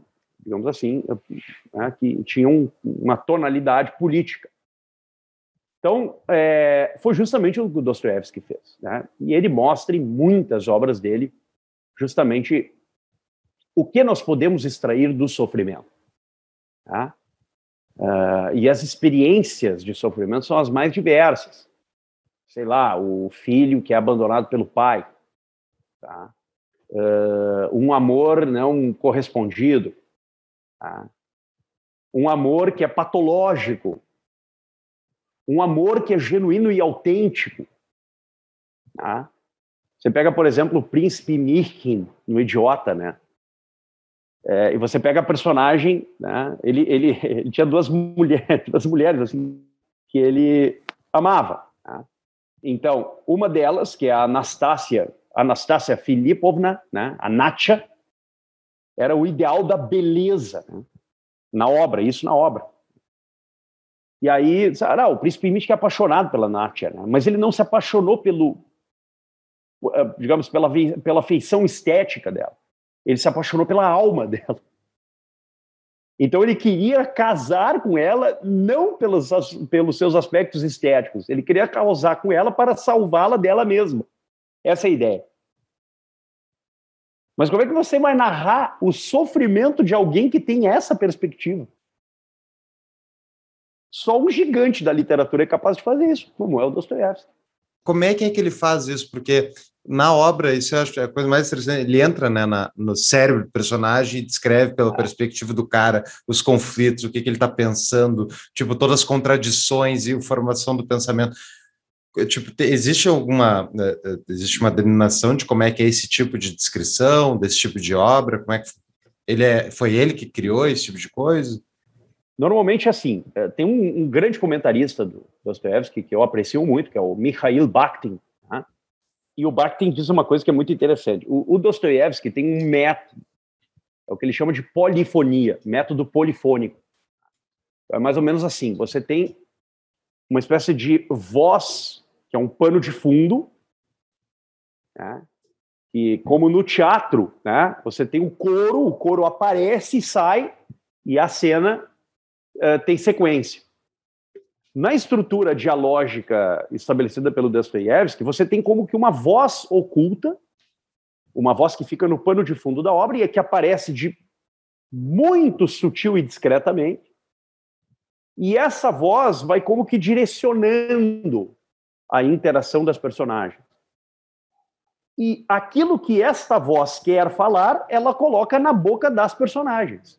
Speaker 3: digamos assim, né, que tinham uma tonalidade política. Então, é, foi justamente o que o Dostoiévski fez, né? E ele mostra em muitas obras dele justamente o que nós podemos extrair do sofrimento. Tá? Uh, e as experiências de sofrimento são as mais diversas. Sei lá, o filho que é abandonado pelo pai, tá? Uh, um amor não correspondido, tá? Um amor que é patológico, um amor que é genuíno e autêntico. Tá? Você pega, por exemplo, o príncipe Mirkin, no Idiota, né? É, e você pega a personagem, né? ele, ele, ele tinha duas mulheres, duas mulheres assim, que ele amava. Tá? Então, uma delas, que é a Anastácia, Anastácia Filipovna, né? A Natcha, era o ideal da beleza, né? Na obra, isso na obra. E aí, ah, o príncipe Mítico é apaixonado pela Natcha, né? Mas ele não se apaixonou pelo, digamos, pela, pela feição estética dela. Ele se apaixonou pela alma dela. Então ele queria casar com ela não pelos, pelos seus aspectos estéticos, ele queria casar com ela para salvá-la dela mesma. Essa é a ideia. Mas como é que você vai narrar o sofrimento de alguém que tem essa perspectiva? Só um gigante da literatura é capaz de fazer isso, como é o Dostoiévski.
Speaker 1: Como é que é que ele faz isso? Porque na obra, isso eu acho a coisa mais interessante, ele entra, né, na, no cérebro do personagem e descreve pela ah. perspectiva do cara os conflitos, o que, que ele está pensando, tipo, todas as contradições e a formação do pensamento. Tipo, existe alguma existe uma denominação de como é que é esse tipo de descrição, desse tipo de obra? Como é que ele é, foi ele que criou esse tipo de coisa?
Speaker 3: Normalmente, assim, tem um, um grande comentarista do Dostoiévski que eu aprecio muito, que é o Mikhail Bakhtin, tá? E o Bakhtin diz uma coisa que é muito interessante. O, o Dostoiévski tem um método, é o que ele chama de polifonia, método polifônico. É mais ou menos assim, você tem uma espécie de voz, que é um pano de fundo, né? E como no teatro, né? Você tem o coro, o coro aparece e sai, e a cena uh, tem sequência. Na estrutura dialógica estabelecida pelo Dostoiévski, você tem como que uma voz oculta, uma voz que fica no pano de fundo da obra e que aparece de muito sutil e discretamente, e essa voz vai como que direcionando a interação das personagens. E aquilo que esta voz quer falar, ela coloca na boca das personagens.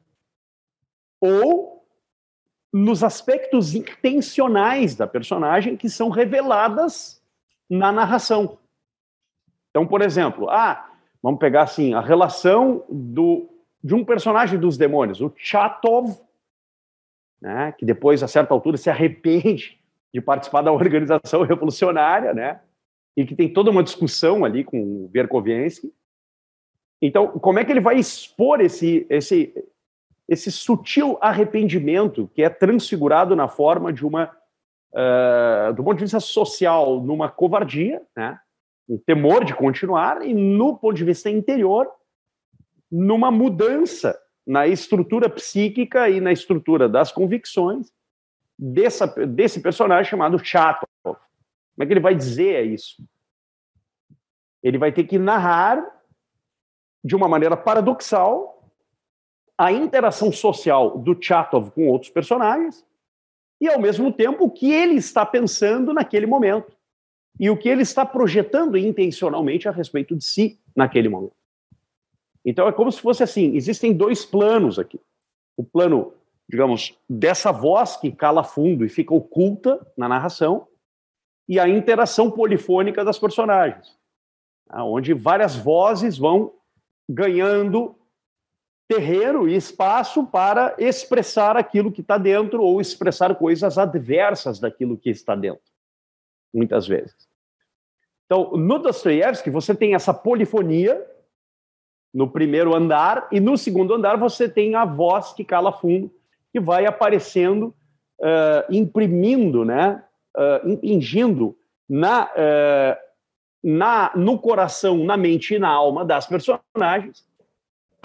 Speaker 3: Ou nos aspectos intencionais da personagem que são reveladas na narração. Então, por exemplo, ah, vamos pegar assim, a relação do, de um personagem dos demônios, o Chatov, né, que depois, a certa altura, se arrepende de participar da organização revolucionária, né, e que tem toda uma discussão ali com o Verkhovensky. Então, como é que ele vai expor esse, esse, esse sutil arrependimento que é transfigurado na forma de uma, uh, do ponto de vista social, numa covardia, né, um temor de continuar, e no ponto de vista interior, numa mudança na estrutura psíquica e na estrutura das convicções dessa, desse personagem chamado Chatov. Como é que ele vai dizer isso? Ele vai ter que narrar, de uma maneira paradoxal, a interação social do Chatov com outros personagens e, ao mesmo tempo, o que ele está pensando naquele momento e o que ele está projetando intencionalmente a respeito de si naquele momento. Então, é como se fosse assim, existem dois planos aqui. O plano, digamos, dessa voz que cala fundo e fica oculta na narração, e a interação polifônica das personagens, onde várias vozes vão ganhando terreno e espaço para expressar aquilo que está dentro ou expressar coisas adversas daquilo que está dentro, muitas vezes. Então, no Dostoiévski, você tem essa polifonia no primeiro andar, e no segundo andar você tem a voz que cala fundo, que vai aparecendo, uh, imprimindo, né, uh, impingindo na, uh, na, no coração, na mente e na alma das personagens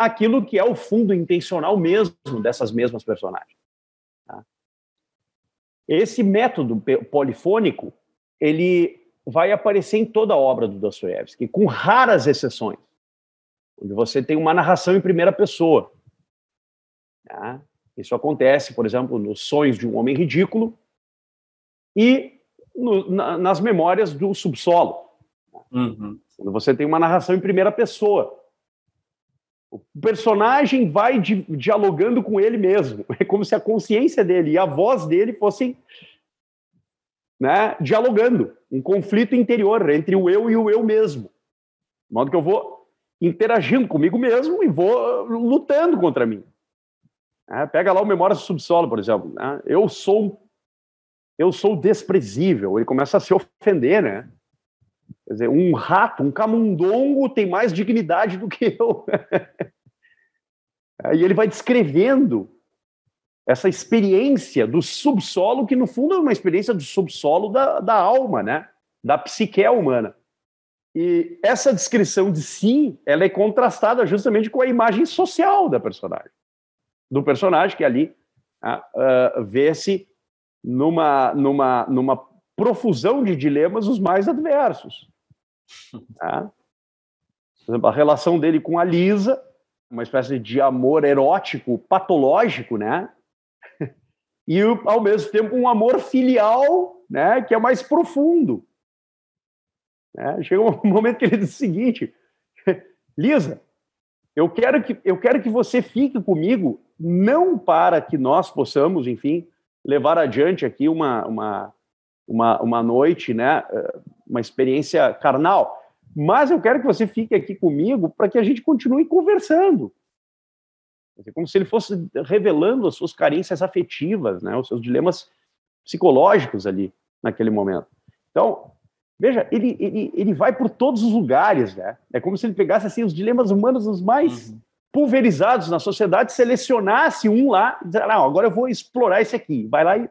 Speaker 3: aquilo que é o fundo intencional mesmo dessas mesmas personagens. Tá? Esse método polifônico, ele vai aparecer em toda a obra do Dostoiévski, com raras exceções, onde você tem uma narração em primeira pessoa. Tá? Isso acontece, por exemplo, nos Sonhos de um Homem Ridículo e no, na, nas Memórias do Subsolo.
Speaker 2: Uhum.
Speaker 3: Quando você tem uma narração em primeira pessoa. O personagem vai di- dialogando com ele mesmo. É como se a consciência dele e a voz dele fossem, né, dialogando. Um conflito interior entre o eu e o eu mesmo. De modo que eu vou interagindo comigo mesmo e vou lutando contra mim. É, pega lá o Memórias do Subsolo, por exemplo. Né? Eu sou eu sou desprezível. Ele começa a se ofender, né? Quer dizer, um rato, um camundongo tem mais dignidade do que eu. E ele vai descrevendo essa experiência do subsolo, que no fundo é uma experiência do subsolo da, da alma, né? Da psique humana. E essa descrição de si, ela é contrastada justamente com a imagem social da personagem. Do personagem que ali uh, uh, vê-se numa, numa, numa profusão de dilemas os mais adversos. Tá? Por exemplo, a relação dele com a Lisa, uma espécie de amor erótico patológico, né? E, ao mesmo tempo, um amor filial, né? Que é mais profundo. Né? Chega um momento que ele diz o seguinte: Lisa, eu quero que, eu quero que você fique comigo, não para que nós possamos, enfim, levar adiante aqui uma, uma, uma, uma noite, né? Uma experiência carnal, mas eu quero que você fique aqui comigo para que a gente continue conversando. Como se ele fosse revelando as suas carências afetivas, né? Os seus dilemas psicológicos ali, naquele momento. Então, veja, ele, ele, ele vai por todos os lugares, né? É como se ele pegasse assim, os dilemas humanos os mais uhum. pulverizados na sociedade, selecionasse um lá e dizer, não, agora eu vou explorar esse aqui. Vai lá e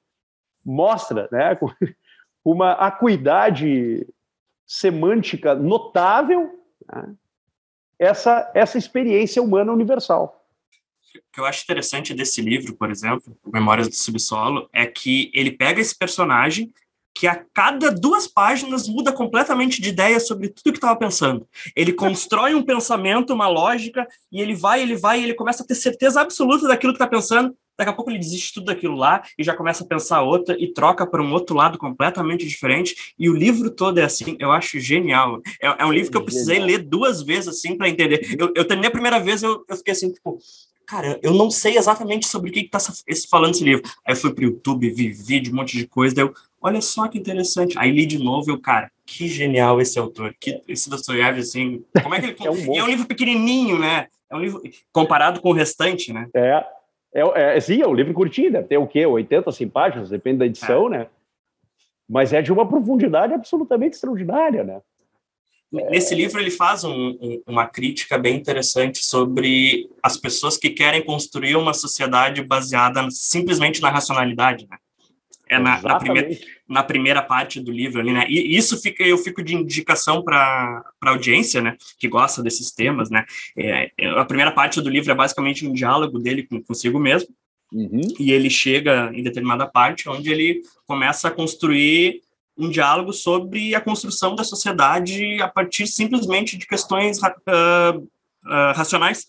Speaker 3: mostra, né? Com uma acuidade semântica notável, né? essa, essa experiência humana universal.
Speaker 2: O que eu acho interessante desse livro, por exemplo, Memórias do Subsolo, é que ele pega esse personagem que a cada duas páginas muda completamente de ideia sobre tudo que estava pensando. Ele constrói um pensamento, uma lógica, e ele vai, ele vai, e ele começa a ter certeza absoluta daquilo que está pensando. Daqui a pouco ele desiste tudo daquilo lá e já começa a pensar outra e troca para um outro lado completamente diferente. E o livro todo é assim, eu acho genial. É, é um livro que eu precisei ler duas vezes assim para entender. Eu, eu terminei a primeira vez, eu, eu fiquei assim, tipo, cara, eu não sei exatamente sobre o que está falando esse livro. Aí eu fui para o YouTube, vi vídeo, um monte de coisa, daí eu, olha só que interessante. Aí li de novo e eu, cara, que genial esse autor. Que, esse Dostoiévski, assim, como é que ele... é um e é um livro pequenininho, né? É um livro comparado com o restante, né?
Speaker 3: É. É, é, sim, é um livro curtinho, deve ter o quê? oitenta, cem páginas, depende da edição, é. né? Mas é de uma profundidade absolutamente extraordinária, né?
Speaker 2: Nesse é... livro ele faz um, um, uma crítica bem interessante sobre as pessoas que querem construir uma sociedade baseada simplesmente na racionalidade, né? É na, na, primeira, na primeira parte do livro ali, né? E isso fica, eu fico de indicação para a audiência, né? Que gosta desses temas, né? É, a primeira parte do livro é basicamente um diálogo dele com, consigo mesmo.
Speaker 3: Uhum.
Speaker 2: E ele chega em determinada parte onde ele começa a construir um diálogo sobre a construção da sociedade a partir simplesmente de questões uh, uh, racionais.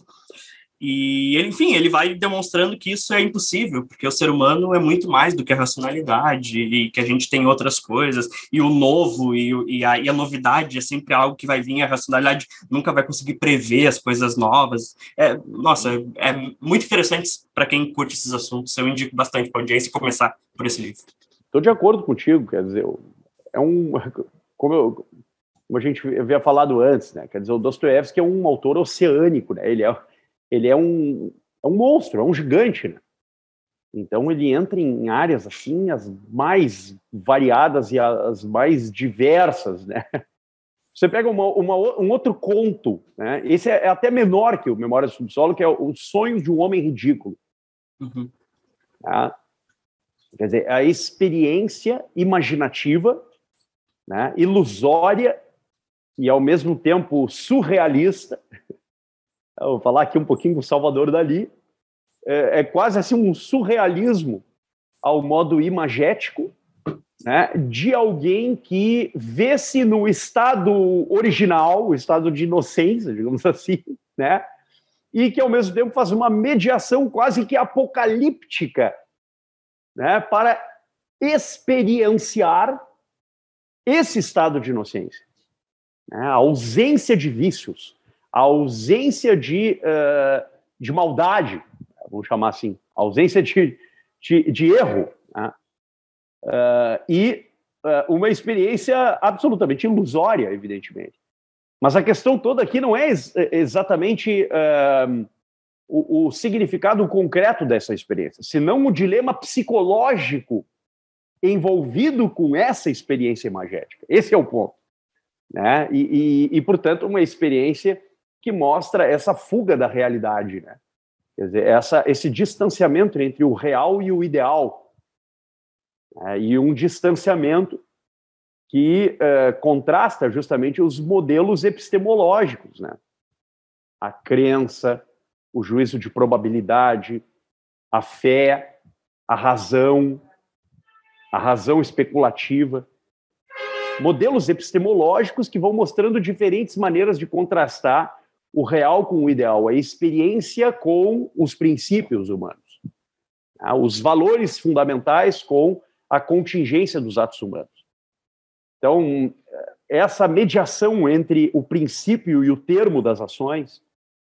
Speaker 2: E, enfim, ele vai demonstrando que isso é impossível, porque o ser humano é muito mais do que a racionalidade, e que a gente tem outras coisas, e o novo, e, e, a, e a novidade é sempre algo que vai vir, a racionalidade nunca vai conseguir prever as coisas novas. É, nossa, é, é muito interessante para quem curte esses assuntos, eu indico bastante para a audiência começar por esse livro.
Speaker 3: Estou de acordo contigo, quer dizer, é um... Como, eu, como a gente havia falado antes, né? Quer dizer, o Dostoiévski é um autor oceânico, né? Ele é... Ele é um, é um monstro, é um gigante, né? Então ele entra em áreas assim, as mais variadas e as mais diversas, né? Você pega uma, uma, um outro conto, né? Esse é, é até menor que o Memórias do Subsolo, que é Os Sonhos de um Homem Ridículo.
Speaker 2: Uhum.
Speaker 3: Tá? Quer dizer, a experiência imaginativa, né? Ilusória e ao mesmo tempo surrealista Eu vou falar aqui um pouquinho com Salvador Dalí. É, é quase assim um surrealismo ao modo imagético, né, de alguém que vê-se no estado original, o estado de inocência, digamos assim, né, e que, ao mesmo tempo, faz uma mediação quase que apocalíptica, né, para experienciar esse estado de inocência. Né, a ausência de vícios, a ausência de, uh, de maldade, vamos chamar assim, a ausência de, de, de erro, né, uh, e uh, uma experiência absolutamente ilusória, evidentemente. Mas a questão toda aqui não é ex exatamente uh, o, o significado concreto dessa experiência, senão o dilema psicológico envolvido com essa experiência imagética. Esse é o ponto. Né? E, e, e, portanto, uma experiência que mostra essa fuga da realidade, né? Quer dizer, essa, esse distanciamento entre o real e o ideal, né? E um distanciamento que uh, contrasta justamente os modelos epistemológicos, né? A crença, o juízo de probabilidade, a fé, a razão, a razão especulativa. Modelos epistemológicos que vão mostrando diferentes maneiras de contrastar o real com o ideal, a experiência com os princípios humanos, tá? Os valores fundamentais com a contingência dos atos humanos. Então, essa mediação entre o princípio e o termo das ações,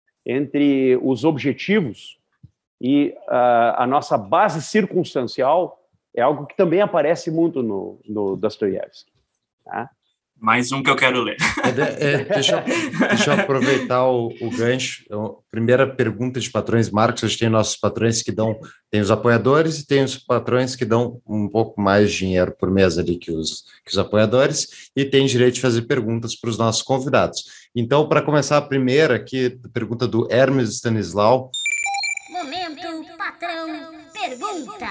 Speaker 3: entre os objetivos e uh, a nossa base circunstancial, é algo que também aparece muito no, no Dostoiévski. Tá?
Speaker 2: Mais um que eu quero ler.
Speaker 1: É, é, deixa, eu, deixa eu aproveitar o, o gancho. Então, primeira pergunta de patrões Marcos. A gente tem nossos patrões que dão, tem os apoiadores e tem os patrões que dão um pouco mais de dinheiro por mês ali que os, que os apoiadores, e tem direito de fazer perguntas para os nossos convidados. Então, para começar a primeira aqui, pergunta do Hermes Stanislau.
Speaker 6: Momento Patrão Pergunta.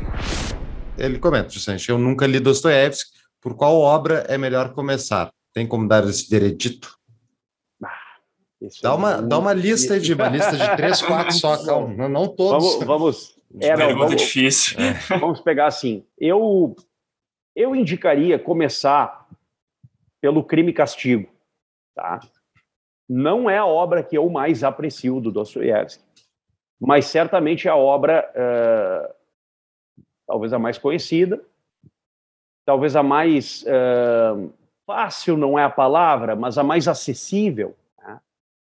Speaker 1: Ele comenta, justamente, eu nunca li Dostoiévski. Por qual obra é melhor começar? Tem como dar esse veredito?
Speaker 3: Ah,
Speaker 1: dá, uma, dá uma lista de uma lista de três, quatro só, calma, não, não todos.
Speaker 3: Vamos, vamos, é, não, vamos,
Speaker 2: difícil.
Speaker 3: É. Vamos pegar assim. Eu, eu indicaria começar pelo Crime e Castigo. Tá? Não é a obra que eu mais aprecio do Dostoiévski, mas certamente é a obra, uh, talvez a mais conhecida, talvez a mais uh, fácil, não é a palavra, mas a mais acessível. Né?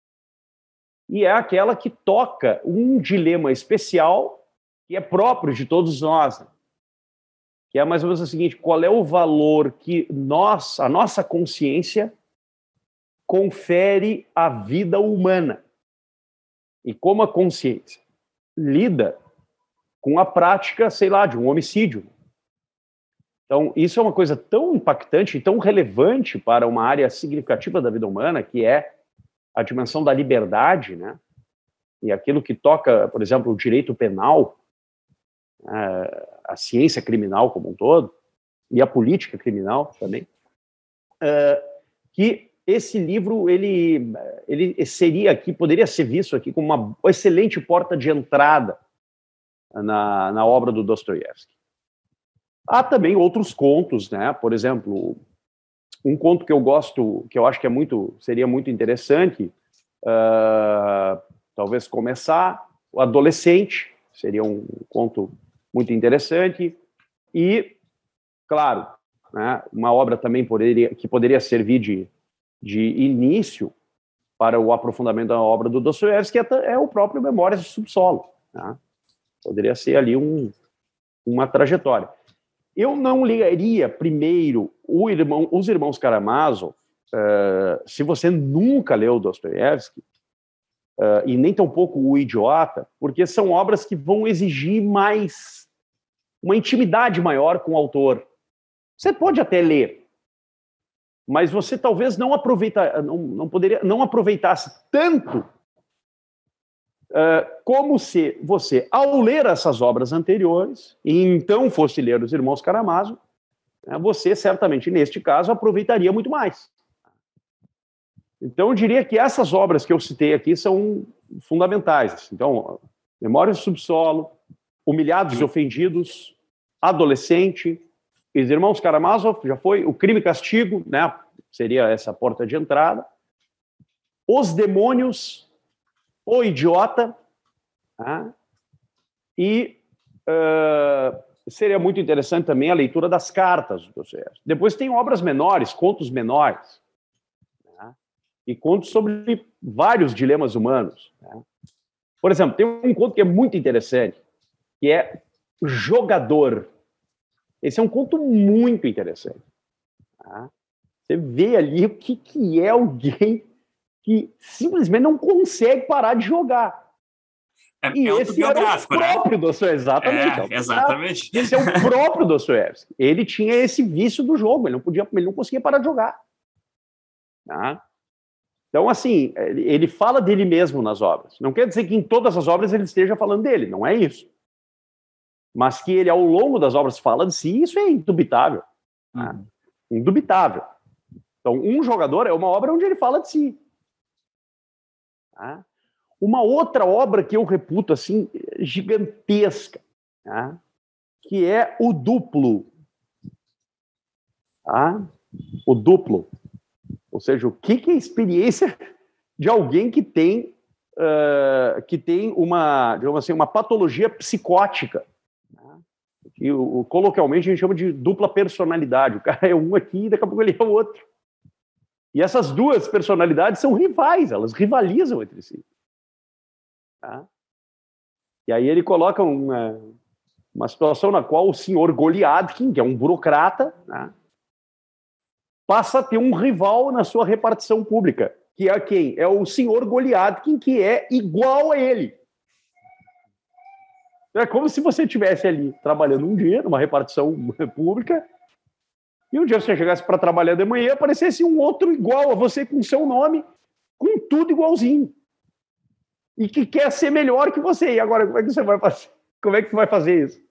Speaker 3: E é aquela que toca um dilema especial que é próprio de todos nós. Né? Que é mais ou menos o seguinte: qual é o valor que nós, a nossa consciência confere à vida humana? E como a consciência lida com a prática, sei lá, de um homicídio. Então, isso é uma coisa tão impactante e tão relevante para uma área significativa da vida humana, que é a dimensão da liberdade, né? E aquilo que toca, por exemplo, o direito penal, a ciência criminal como um todo, e a política criminal também, que esse livro, ele, ele seria aqui, poderia ser visto aqui como uma excelente porta de entrada na, na obra do Dostoiévski. Há também outros contos, né? Por exemplo, um conto que eu gosto, que eu acho que é muito, seria muito interessante, uh, talvez começar, O Adolescente, seria um conto muito interessante, e, claro, né, uma obra também poderia, que poderia servir de, de início para o aprofundamento da obra do Dostoiévski é, é o próprio Memórias do Subsolo. Né? Poderia ser ali um, uma trajetória. Eu não ligaria primeiro o irmão, os Irmãos Karamazov, uh, se você nunca leu Dostoiévski, uh, e nem tampouco O Idiota, porque são obras que vão exigir mais, uma intimidade maior com o autor. Você pode até ler, mas você talvez não, aproveita, não, não, poderia, não aproveitasse tanto Uh, como se você, ao ler essas obras anteriores, e então fosse ler Os Irmãos Karamazov, né, você certamente, neste caso, aproveitaria muito mais. Então, eu diria que essas obras que eu citei aqui são fundamentais. Então, Memórias do Subsolo, Humilhados e Ofendidos, Adolescente, Os Irmãos Karamazov, já foi, O Crime e Castigo, né? Seria essa porta de entrada, Os Demônios, O Idiota, tá? E uh, seria muito interessante também a leitura das cartas do Dostoiévski. Depois tem obras menores, contos menores, né? E contos sobre vários dilemas humanos, né? Por exemplo, tem um conto que é muito interessante, que é Jogador. Esse é um conto muito interessante, tá? Você vê ali o que, que é alguém que simplesmente não consegue parar de jogar.
Speaker 2: É,
Speaker 3: e
Speaker 2: é
Speaker 3: esse era o próprio, né? Dostoiévski, exatamente.
Speaker 2: É, exatamente.
Speaker 3: Esse é o próprio Dostoiévski. Ele tinha esse vício do jogo, ele não, podia, ele não conseguia parar de jogar. Tá? Então, assim, ele fala dele mesmo nas obras. Não quer dizer que em todas as obras ele esteja falando dele, não é isso. Mas que ele, ao longo das obras, fala de si, isso é indubitável. Tá? Uhum. Indubitável. Então, Um Jogador é uma obra onde ele fala de si. Tá? Uma outra obra que eu reputo, assim, gigantesca, tá? Que é O Duplo. Tá? O Duplo. Ou seja, o que, que é a experiência de alguém que tem, uh, que tem uma, digamos assim, uma patologia psicótica. Tá? Que, o, coloquialmente, a gente chama de dupla personalidade. O cara é um aqui e daqui a pouco ele é o outro. E essas duas personalidades são rivais, elas rivalizam entre si. Tá? E aí ele coloca uma, uma situação na qual o senhor Goliadkin, que é um burocrata, né, passa a ter um rival na sua repartição pública, que é quem? É o senhor Goliadkin, que é igual a ele. É como se você estivesse ali trabalhando um dia numa repartição pública e um dia você chegasse para trabalhar de manhã e aparecesse um outro igual a você com seu nome, com tudo igualzinho. E que quer ser melhor que você. E agora, como é que você vai fazer? Como é que você vai fazer isso?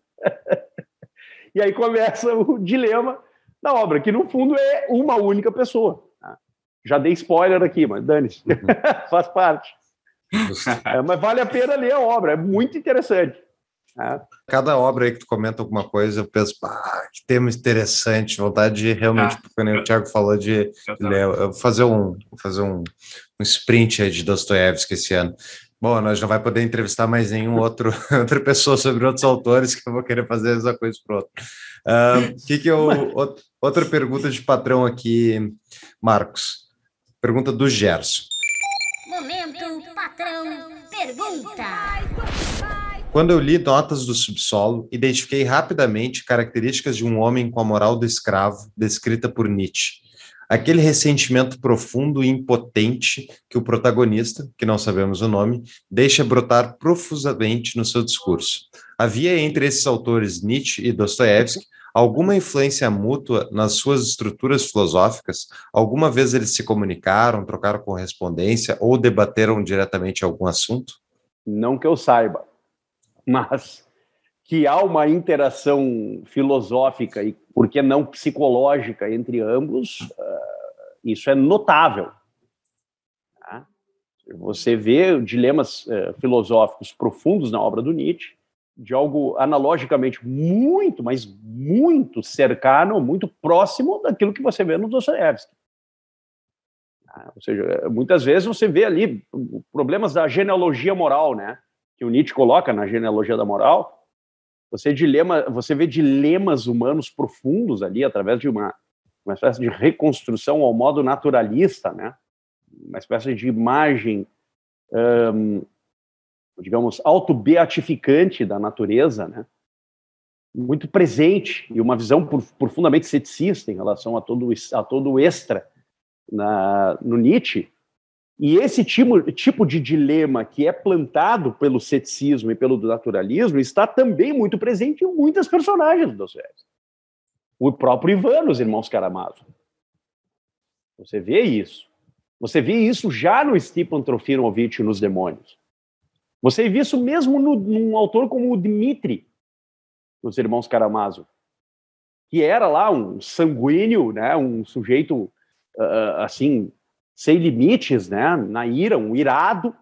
Speaker 3: E aí começa o dilema da obra, que no fundo é uma única pessoa. Já dei spoiler aqui, mas dane-se. Uhum. Faz parte. É, mas vale a pena ler a obra, é muito interessante. É.
Speaker 1: Cada obra aí que tu comenta alguma coisa, eu penso, ah, que tema interessante, vontade de realmente, ah, porque o Thiago falou de ler, eu vou fazer um, vou fazer um, um sprint aí de Dostoiévski esse ano. Bom, nós não vai poder entrevistar mais nenhum outro outra pessoa sobre outros autores, que eu vou querer fazer essa coisa para outro. Uh, que que eu, outra pergunta de patrão aqui, Marcos. Pergunta do Gerson.
Speaker 6: Momento Patrão Pergunta.
Speaker 1: Quando eu li Notas do Subsolo, identifiquei rapidamente características de um homem com a moral do escravo, descrita por Nietzsche. Aquele ressentimento profundo e impotente que o protagonista, que não sabemos o nome, deixa brotar profusamente no seu discurso. Havia entre esses autores, Nietzsche e Dostoiévski, alguma influência mútua nas suas estruturas filosóficas? Alguma vez eles se comunicaram, trocaram correspondência ou debateram diretamente algum assunto?
Speaker 3: Não que eu saiba, mas que há uma interação filosófica e, por que não, psicológica entre ambos, uh, isso é notável. Tá? Você vê dilemas uh, filosóficos profundos na obra do Nietzsche, de algo analogicamente muito, mas muito cercano, muito próximo daquilo que você vê no Dostoiévski. Tá? Ou seja, muitas vezes você vê ali problemas da genealogia moral, né? Que o Nietzsche coloca na genealogia da moral. Você, dilema, você vê dilemas humanos profundos ali, através de uma, uma espécie de reconstrução ao modo naturalista, né? Uma espécie de imagem, um, digamos, autobeatificante da natureza, né? Muito presente, e uma visão profundamente ceticista em relação a todo, a todo o extra na, no Nietzsche. E esse tipo, tipo de dilema que é plantado pelo ceticismo e pelo naturalismo está também muito presente em muitas personagens do Dostoiévski. O próprio Ivan, os Irmãos Karamazov. Você vê isso. Você vê isso já no Stepan Trofimovich nos Demônios. Você vê isso mesmo no, num autor como o Dmitri, nos Irmãos Karamazov, que era lá um sanguíneo, né, um sujeito, uh, assim, sem limites, né, na ira, um irado,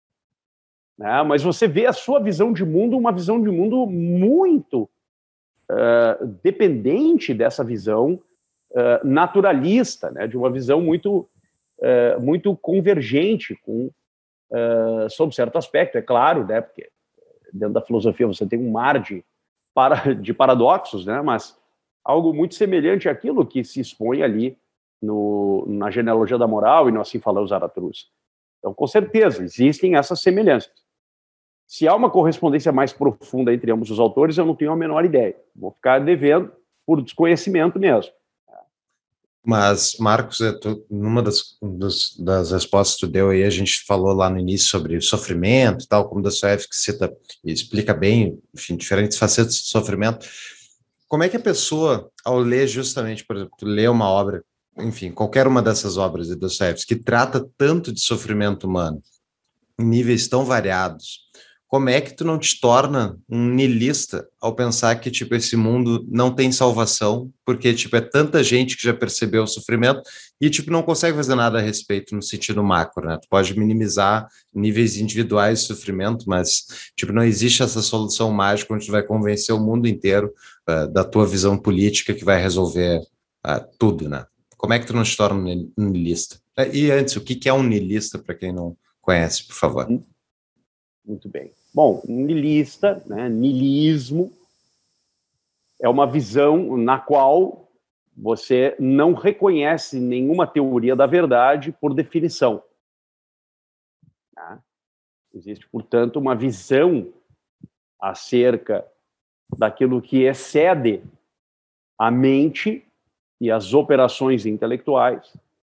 Speaker 3: né, mas você vê a sua visão de mundo, uma visão de mundo muito uh, dependente dessa visão uh, naturalista, né, de uma visão muito, uh, muito convergente com, uh, sob certo aspecto, é claro, né, porque dentro da filosofia você tem um mar de, para, de paradoxos, né, mas algo muito semelhante àquilo que se expõe ali no, na genealogia da moral e no Assim Falou Zaratustra. Então, com certeza, existem essas semelhanças. Se há uma correspondência mais profunda entre ambos os autores, eu não tenho a menor ideia. Vou ficar devendo por desconhecimento mesmo.
Speaker 1: Mas, Marcos, numa das, das, das respostas que tu deu aí, a gente falou lá no início sobre sofrimento e tal, como Dostoiévski cita e explica bem, enfim, diferentes facetas de sofrimento. Como é que a pessoa, ao ler justamente, por exemplo, ler uma obra, enfim, qualquer uma dessas obras de Dostoiévski, que trata tanto de sofrimento humano, em níveis tão variados, como é que tu não te torna um niilista ao pensar que, tipo, esse mundo não tem salvação, porque, tipo, é tanta gente que já percebeu o sofrimento e, tipo, não consegue fazer nada a respeito no sentido macro, né? Tu pode minimizar níveis individuais de sofrimento, mas, tipo, não existe essa solução mágica onde tu vai convencer o mundo inteiro uh, da tua visão política que vai resolver uh, tudo, né? Como é que tu não te torna um niilista? E antes, o que é um niilista, para quem não conhece, por favor?
Speaker 3: Muito bem. Bom, niilista, né, niilismo, é uma visão na qual você não reconhece nenhuma teoria da verdade por definição. Tá? Existe, portanto, uma visão acerca daquilo que excede a mente e as operações intelectuais,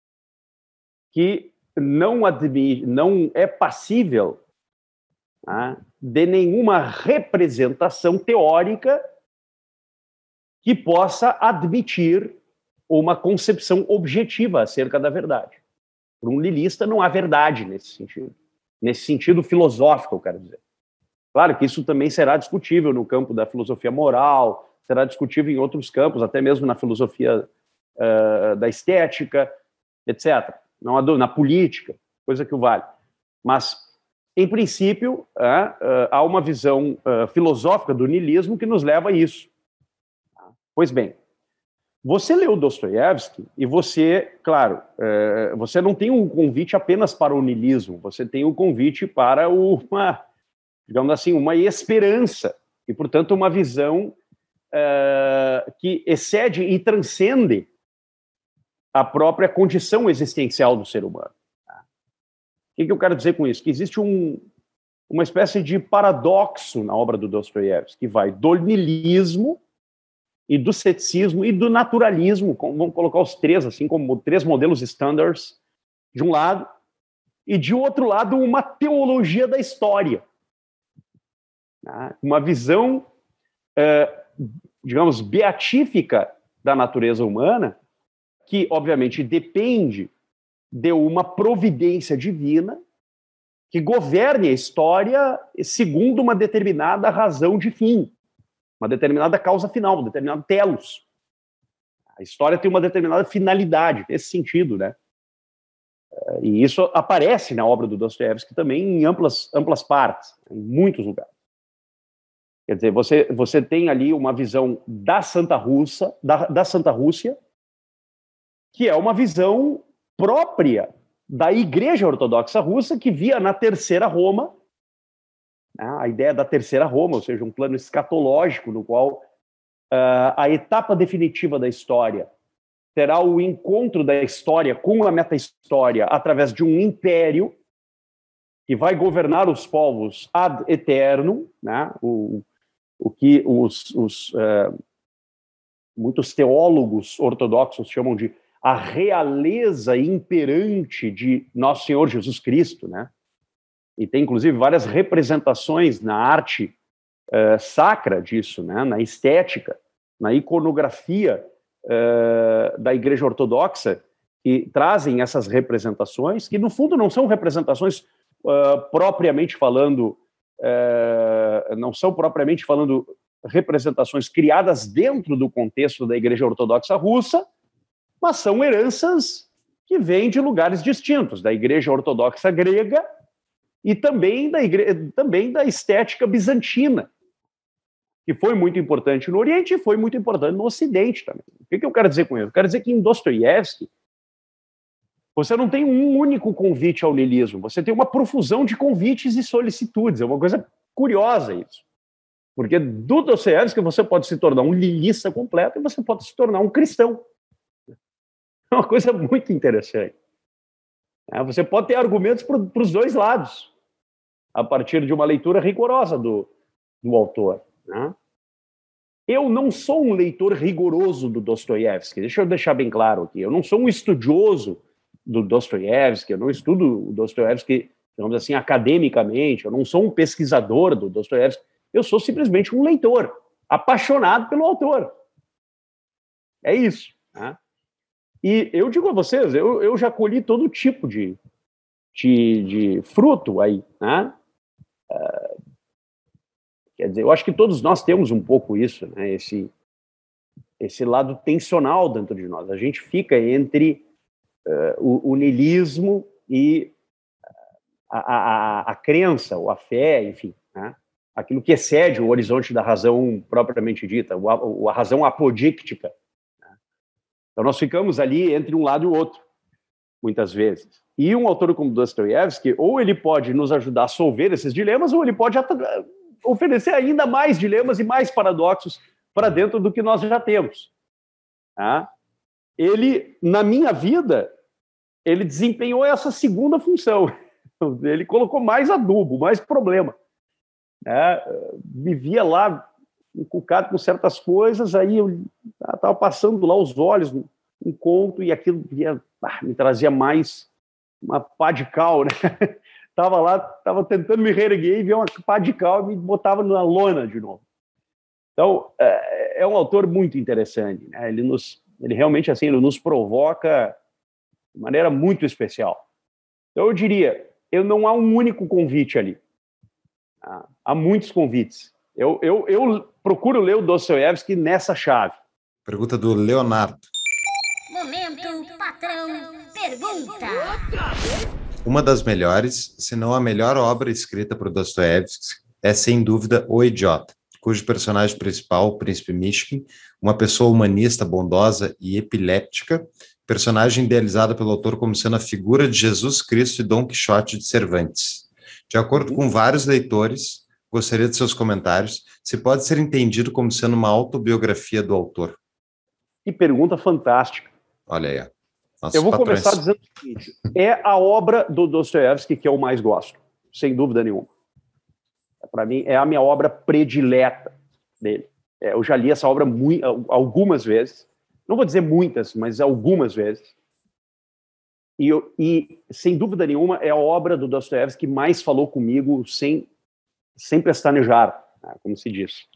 Speaker 3: que não, admite, não é passível, né, de nenhuma representação teórica que possa admitir uma concepção objetiva acerca da verdade. Para um niilista não há verdade nesse sentido. Nesse sentido filosófico, eu quero dizer. Claro que isso também será discutível no campo da filosofia moral, será discutível em outros campos, até mesmo na filosofia uh, da estética, etcétera. Não há dúvida, na política, coisa que o vale. Mas, em princípio, uh, uh, há uma visão uh, filosófica do niilismo que nos leva a isso. Pois bem, você leu Dostoiévski e você, claro, uh, você não tem um convite apenas para o niilismo, você tem um convite para uma, digamos assim, uma esperança e, portanto, uma visão uh, que excede e transcende a própria condição existencial do ser humano. O que, que eu quero dizer com isso? Que existe um, uma espécie de paradoxo na obra do Dostoiévski, que vai do niilismo e do ceticismo e do naturalismo, vamos colocar os três, assim como três modelos standards, de um lado, e de outro lado, uma teologia da história. Uma visão, eh, digamos, beatífica da natureza humana, que, obviamente, depende de uma providência divina que governe a história segundo uma determinada razão de fim, uma determinada causa final, um determinado telos. A história tem uma determinada finalidade, nesse sentido, né? E isso aparece na obra do Dostoiévski também em amplas, amplas partes, em muitos lugares. Quer dizer, você, você tem ali uma visão da Santa Rússia, da, da Santa Rússia, que é uma visão própria da Igreja Ortodoxa Russa, que via na Terceira Roma, né, a ideia da Terceira Roma, ou seja, um plano escatológico no qual uh, a etapa definitiva da história terá o encontro da história com a meta-história através de um império que vai governar os povos ad eternum, né, o, o que os, os uh, muitos teólogos ortodoxos chamam de a realeza imperante de Nosso Senhor Jesus Cristo, né? E tem, inclusive, várias representações na arte uh, sacra disso, né? Na estética, na iconografia uh, da Igreja Ortodoxa, que trazem essas representações, que, no fundo, não são representações uh, propriamente falando, uh, não são propriamente falando representações criadas dentro do contexto da Igreja Ortodoxa Russa, mas são heranças que vem de lugares distintos, da Igreja Ortodoxa grega e também da, igre... também da estética bizantina, que foi muito importante no Oriente e foi muito importante no Ocidente também. O que eu quero dizer com isso? Eu quero dizer que em Dostoiévski você não tem um único convite ao niilismo, você tem uma profusão de convites e solicitudes. É uma coisa curiosa isso. Porque do Dostoiévski você pode se tornar um niilista completo e você pode se tornar um cristão. É uma coisa muito interessante. Você pode ter argumentos para os dois lados, a partir de uma leitura rigorosa do, do autor. Né? Eu não sou um leitor rigoroso do Dostoiévski, deixa eu deixar bem claro aqui. Eu não sou um estudioso do Dostoiévski, eu não estudo o Dostoiévski, digamos assim, academicamente, eu não sou um pesquisador do Dostoiévski, eu sou simplesmente um leitor, apaixonado pelo autor. É isso. Né? E eu digo a vocês, eu, eu já colhi todo tipo de, de, de fruto aí. Né? Uh, quer dizer, eu acho que todos nós temos um pouco isso, né? esse, esse lado tensional dentro de nós. A gente fica entre uh, o, o niilismo e a, a, a crença, ou a fé, enfim, né? Aquilo que excede o horizonte da razão propriamente dita, a, a razão apodíctica. Então, nós ficamos ali entre um lado e o outro, muitas vezes. E um autor como Dostoiévski, ou ele pode nos ajudar a solver esses dilemas, ou ele pode oferecer ainda mais dilemas e mais paradoxos para dentro do que nós já temos. Tá? Ele, na minha vida, ele desempenhou essa segunda função. Ele colocou mais adubo, mais problema. É, vivia lá encucado com certas coisas, aí eu estava passando lá os olhos um, um conto e aquilo via, ah, me trazia mais uma pá de cal, né? Estava lá, estava tentando me reerguer e via uma pá de cal e me botava na lona de novo. Então, é, é um autor muito interessante, né? Ele, nos, ele realmente assim, ele nos provoca de maneira muito especial. Então, eu diria, eu não há um único convite ali. Há muitos convites. Eu, eu, eu procuro ler o Dostoiévski nessa chave.
Speaker 1: Pergunta do Leonardo.
Speaker 6: Momento Patrão Pergunta.
Speaker 1: Uma das melhores, se não a melhor obra escrita por Dostoiévski é, sem dúvida, O Idiota, cujo personagem principal, o príncipe Mishkin, uma pessoa humanista, bondosa e epiléptica, personagem idealizada pelo autor como sendo a figura de Jesus Cristo e Dom Quixote de Cervantes. De acordo com vários leitores, gostaria de seus comentários, se pode ser entendido como sendo uma autobiografia do autor.
Speaker 3: Que pergunta fantástica.
Speaker 1: Olha aí.
Speaker 3: Eu vou patrões. começar dizendo o seguinte, é a obra do Dostoiévski que eu mais gosto, sem dúvida nenhuma. Para mim, é a minha obra predileta dele. É, eu já li essa obra muito, algumas vezes, não vou dizer muitas, mas algumas vezes. E, eu, e, sem dúvida nenhuma, é a obra do Dostoiévski que mais falou comigo sem, sem pestanejar, né, como se diz.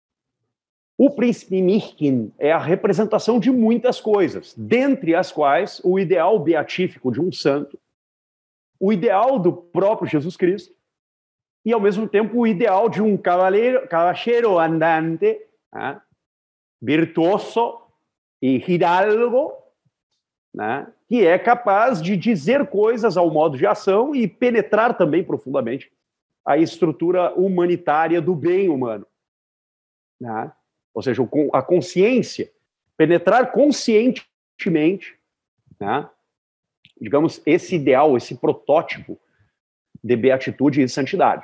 Speaker 3: O príncipe Mishkin é a representação de muitas coisas, dentre as quais o ideal beatífico de um santo, o ideal do próprio Jesus Cristo e, ao mesmo tempo, o ideal de um cavaleiro, cavaleiro andante, né, virtuoso e hidalgo, né, que é capaz de dizer coisas ao modo de ação e penetrar também profundamente a estrutura humanitária do bem humano. Né? Ou seja, a consciência, penetrar conscientemente, né, digamos, esse ideal, esse protótipo de beatitude e santidade.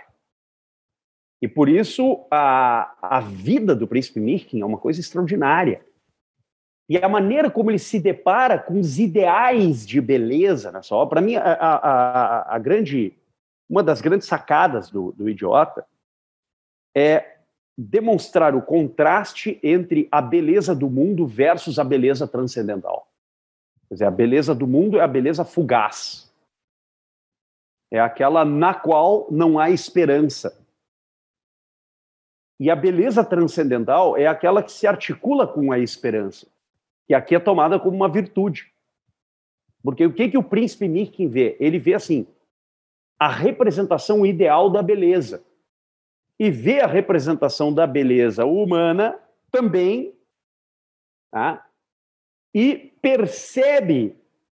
Speaker 3: E por isso a, a vida do príncipe Mishkin é uma coisa extraordinária. E a maneira como ele se depara com os ideais de beleza nessa obra, para mim, a, a, a grande, uma das grandes sacadas do, do Idiota é demonstrar o contraste entre a beleza do mundo versus a beleza transcendental. Quer dizer, a beleza do mundo é a beleza fugaz. É aquela na qual não há esperança. E a beleza transcendental é aquela que se articula com a esperança, que aqui é tomada como uma virtude. Porque o que, que o príncipe Mishkin vê? Ele vê, assim, a representação ideal da beleza. E vê a representação da beleza humana também, tá? E percebe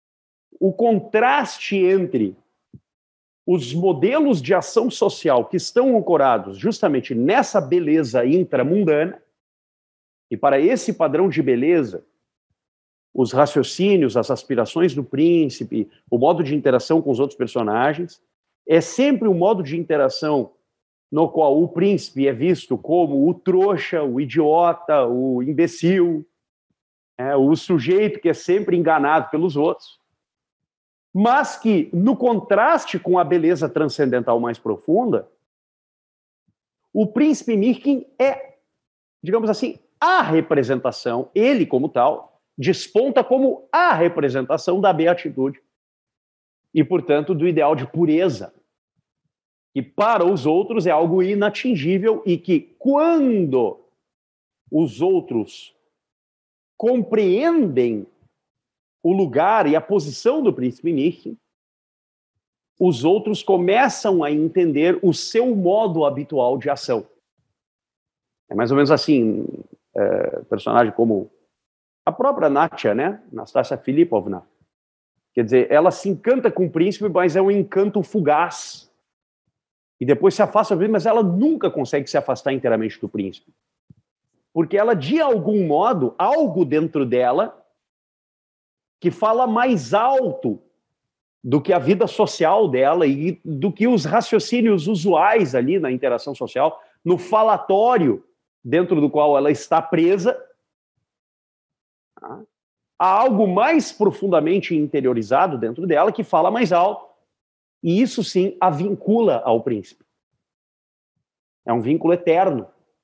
Speaker 3: o contraste entre os modelos de ação social que estão ancorados justamente nessa beleza intramundana, e para esse padrão de beleza, os raciocínios, as aspirações do príncipe, o modo de interação com os outros personagens, é sempre um modo de interação no qual o príncipe é visto como o trouxa, o idiota, o imbecil, é, o sujeito que é sempre enganado pelos outros, mas que, no contraste com a beleza transcendental mais profunda, o príncipe Mirkin é, digamos assim, a representação, ele como tal, desponta como a representação da beatitude e, portanto, do ideal de pureza, que para os outros é algo inatingível e que, quando os outros compreendem o lugar e a posição do príncipe Mirkin, os outros começam a entender o seu modo habitual de ação. É mais ou menos assim, é, personagem como a própria Natya, né? Nastassia Filipovna. Quer dizer, ela se encanta com o príncipe, mas é um encanto fugaz. E depois se afasta do príncipe, mas ela nunca consegue se afastar inteiramente do príncipe. Porque ela, de algum modo, algo dentro dela que fala mais alto do que a vida social dela e do que os raciocínios usuais ali na interação social, no falatório dentro do qual ela está presa, há algo mais profundamente interiorizado dentro dela que fala mais alto, e isso sim a vincula ao príncipe. É um vínculo eterno.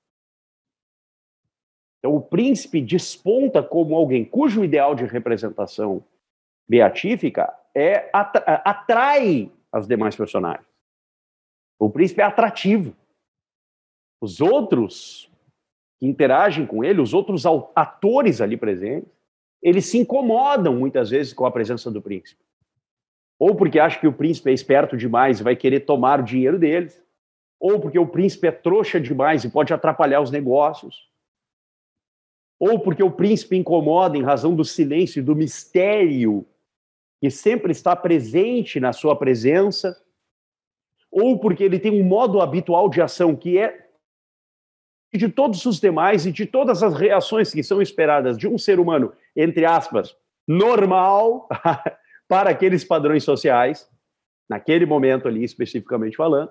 Speaker 3: Então o príncipe desponta como alguém cujo ideal de representação beatífica é, atrai as demais personagens. O príncipe é atrativo. Os outros que interagem com ele, os outros atores ali presentes, eles se incomodam muitas vezes com a presença do príncipe. Ou porque acham que o príncipe é esperto demais e vai querer tomar o dinheiro deles, ou porque o príncipe é trouxa demais e pode atrapalhar os negócios, ou porque o príncipe incomoda em razão do silêncio e do mistério que sempre está presente na sua presença, ou porque ele tem um modo habitual de ação que é de todos os demais e de todas as reações que são esperadas de um ser humano, entre aspas, normal, para aqueles padrões sociais, naquele momento ali, especificamente falando,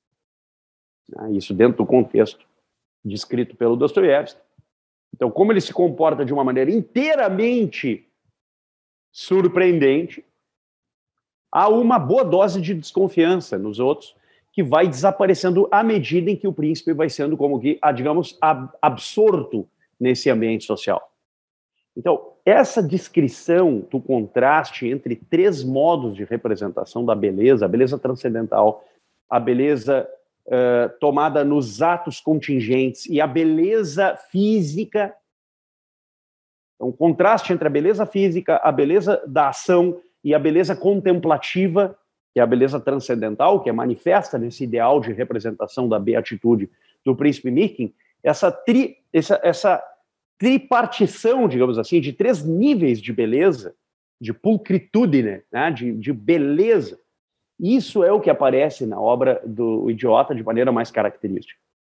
Speaker 3: isso dentro do contexto descrito pelo Dostoiévski. Então, como ele se comporta de uma maneira inteiramente surpreendente, há uma boa dose de desconfiança nos outros, que vai desaparecendo à medida em que o príncipe vai sendo, como que, digamos, absorto nesse ambiente social. Então, essa descrição do contraste entre três modos de representação da beleza, a beleza transcendental, a beleza uh, tomada nos atos contingentes e a beleza física, então, o contraste entre a beleza física, a beleza da ação e a beleza contemplativa, que é a beleza transcendental, que é manifesta nesse ideal de representação da beatitude do príncipe Mirkin, essa, tri, essa, essa tripartição, digamos assim, de três níveis de beleza, de pulcritudine, né, de, de beleza, isso é o que aparece na obra do Idiota de maneira mais característica.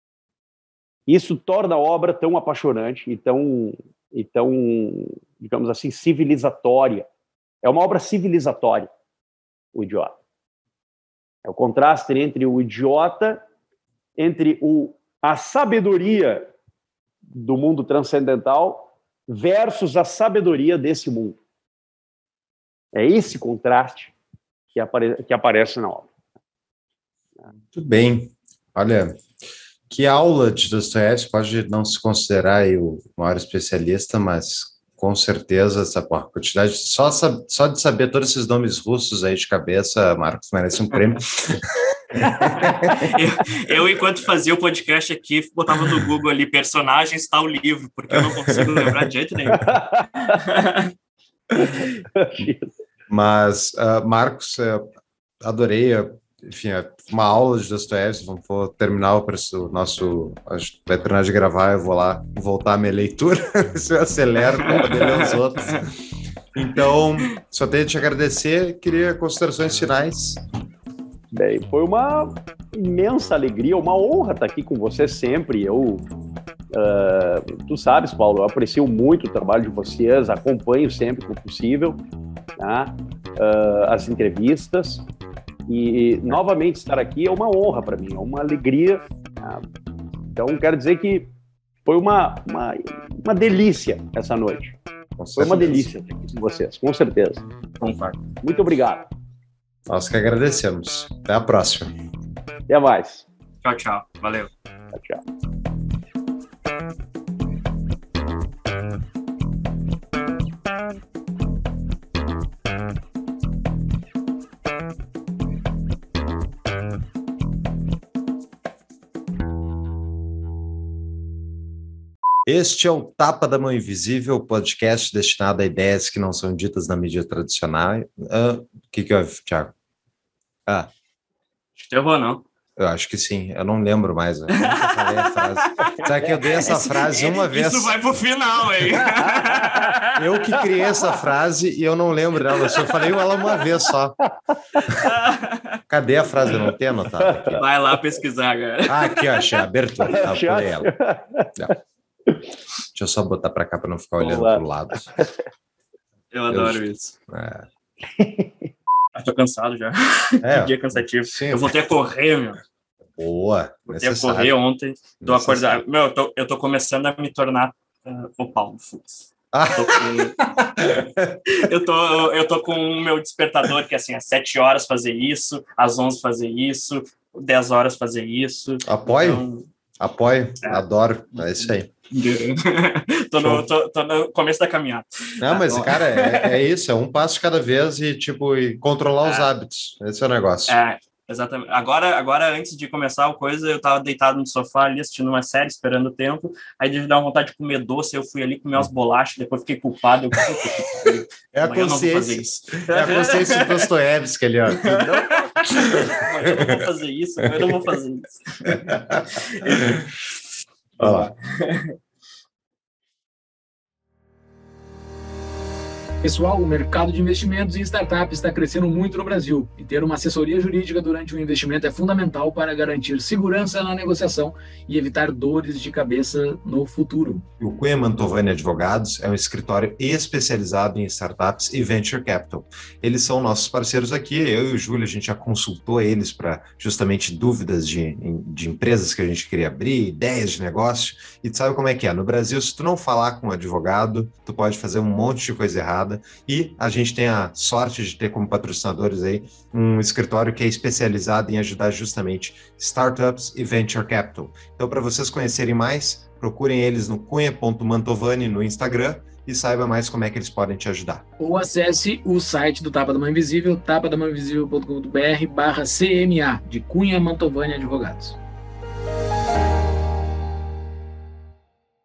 Speaker 3: Isso torna a obra tão apaixonante e tão, e tão, digamos assim, civilizatória. É uma obra civilizatória, o Idiota. É o contraste entre o idiota, entre o, a sabedoria do mundo transcendental versus a sabedoria desse mundo. É esse contraste que, apare, que aparece na obra.
Speaker 1: Muito bem. Olha, que aula de Dostoiévski, pode não se considerar aí o maior especialista, mas com certeza essa porra, quantidade, só, só de saber todos esses nomes russos aí de cabeça, Marcos, merece um prêmio.
Speaker 2: eu, eu, enquanto fazia o podcast aqui, botava no Google ali, personagens, tal livro, porque eu não consigo lembrar de jeito nenhum.
Speaker 1: Mas, uh, Marcos, uh, adorei, uh, enfim, uh, uma aula de Dostoiévski, vamos vou terminar o nosso, a gente vai terminar de gravar, eu vou lá voltar a minha leitura, se eu acelero para poder ler os outros. Então, só tenho que te agradecer. Queria considerações finais.
Speaker 3: Bem, foi uma imensa alegria, uma honra estar aqui com você sempre. Eu, uh, tu sabes, Paulo, eu aprecio muito o trabalho de vocês, acompanho sempre que possível, tá? uh, as entrevistas. E, novamente, estar aqui é uma honra para mim, é uma alegria. Tá? Então, quero dizer que foi uma, uma, uma delícia essa noite. Foi uma delícia estar aqui com vocês, com certeza. Muito obrigado.
Speaker 1: Nós que agradecemos. Até a próxima.
Speaker 3: Até mais.
Speaker 2: Tchau, tchau. Valeu.
Speaker 3: Tchau, tchau.
Speaker 1: Este é o Tapa da Mão Invisível, podcast destinado a ideias que não são ditas na mídia tradicional. O uh, que que houve, Thiago? Ah.
Speaker 2: Acho que errou, não?
Speaker 1: Eu acho que sim, eu não lembro mais. Eu nunca falei a frase. Sabe que eu dei essa Esse, frase uma vez.
Speaker 2: Isso vai pro final, hein?
Speaker 1: Eu que criei essa frase e eu não lembro dela. Eu só falei ela uma vez só. Cadê a frase? Eu não tenho anotado aqui.
Speaker 2: Vai lá pesquisar, cara.
Speaker 1: Ah, aqui, ó, achei a abertura. Tá, por ela. Deixa eu só botar para cá para não ficar olhando para o lado.
Speaker 2: Eu adoro eu... isso.
Speaker 1: É.
Speaker 2: Eu tô cansado já.
Speaker 1: É,
Speaker 2: que dia cansativo.
Speaker 1: Sim.
Speaker 2: Eu voltei a correr, meu.
Speaker 1: Boa.
Speaker 2: Voltei a correr ontem. Tô acordado. Meu, eu tô, eu tô começando a me tornar uh, o Paulo Fux. Ah. Eu, tô com... eu, tô, eu tô com o meu despertador, que é assim, às sete horas fazer isso, às onze fazer isso, dez horas fazer isso.
Speaker 1: Apoio?
Speaker 2: Então...
Speaker 1: Apoio, é. Adoro. É isso aí.
Speaker 2: tô, no, tô, tô no começo da caminhada.
Speaker 1: Não, mas, cara, é, é isso, é um passo cada vez e, tipo, e controlar é. os hábitos. Esse é o negócio.
Speaker 2: É, exatamente. Agora, agora, antes de começar a coisa, eu tava deitado no sofá ali, assistindo uma série, esperando o tempo, aí de dar uma vontade de comer doce, eu fui ali comer umas bolachas, depois fiquei culpado. Eu, eu,
Speaker 1: é a consciência. É a consciência do Dostoiévski ali, ó.
Speaker 2: Não, eu não vou fazer isso, eu não vou fazer isso.
Speaker 1: Olha lá.
Speaker 5: Pessoal, o mercado de investimentos em startups está crescendo muito no Brasil e ter uma assessoria jurídica durante o investimento é fundamental para garantir segurança na negociação e evitar dores de cabeça no futuro.
Speaker 1: O Cunha Mantovani Advogados é um escritório especializado em startups e venture capital. Eles são nossos parceiros aqui, eu e o Júlio, a gente já consultou eles para justamente dúvidas de, de empresas que a gente queria abrir, ideias de negócio, e tu sabe como é que é. No Brasil, se tu não falar com um advogado, tu pode fazer um monte de coisa errada. E a gente tem a sorte de ter como patrocinadores aí um escritório que é especializado em ajudar justamente startups e venture capital. Então, para vocês conhecerem mais, procurem eles no cunha ponto mantovani no Instagram e saiba mais como é que eles podem te ajudar.
Speaker 5: Ou acesse o site do Tapa da Mão Invisível, tapa da mão invisível ponto com ponto br barra C M A, de Cunha Mantovani Advogados.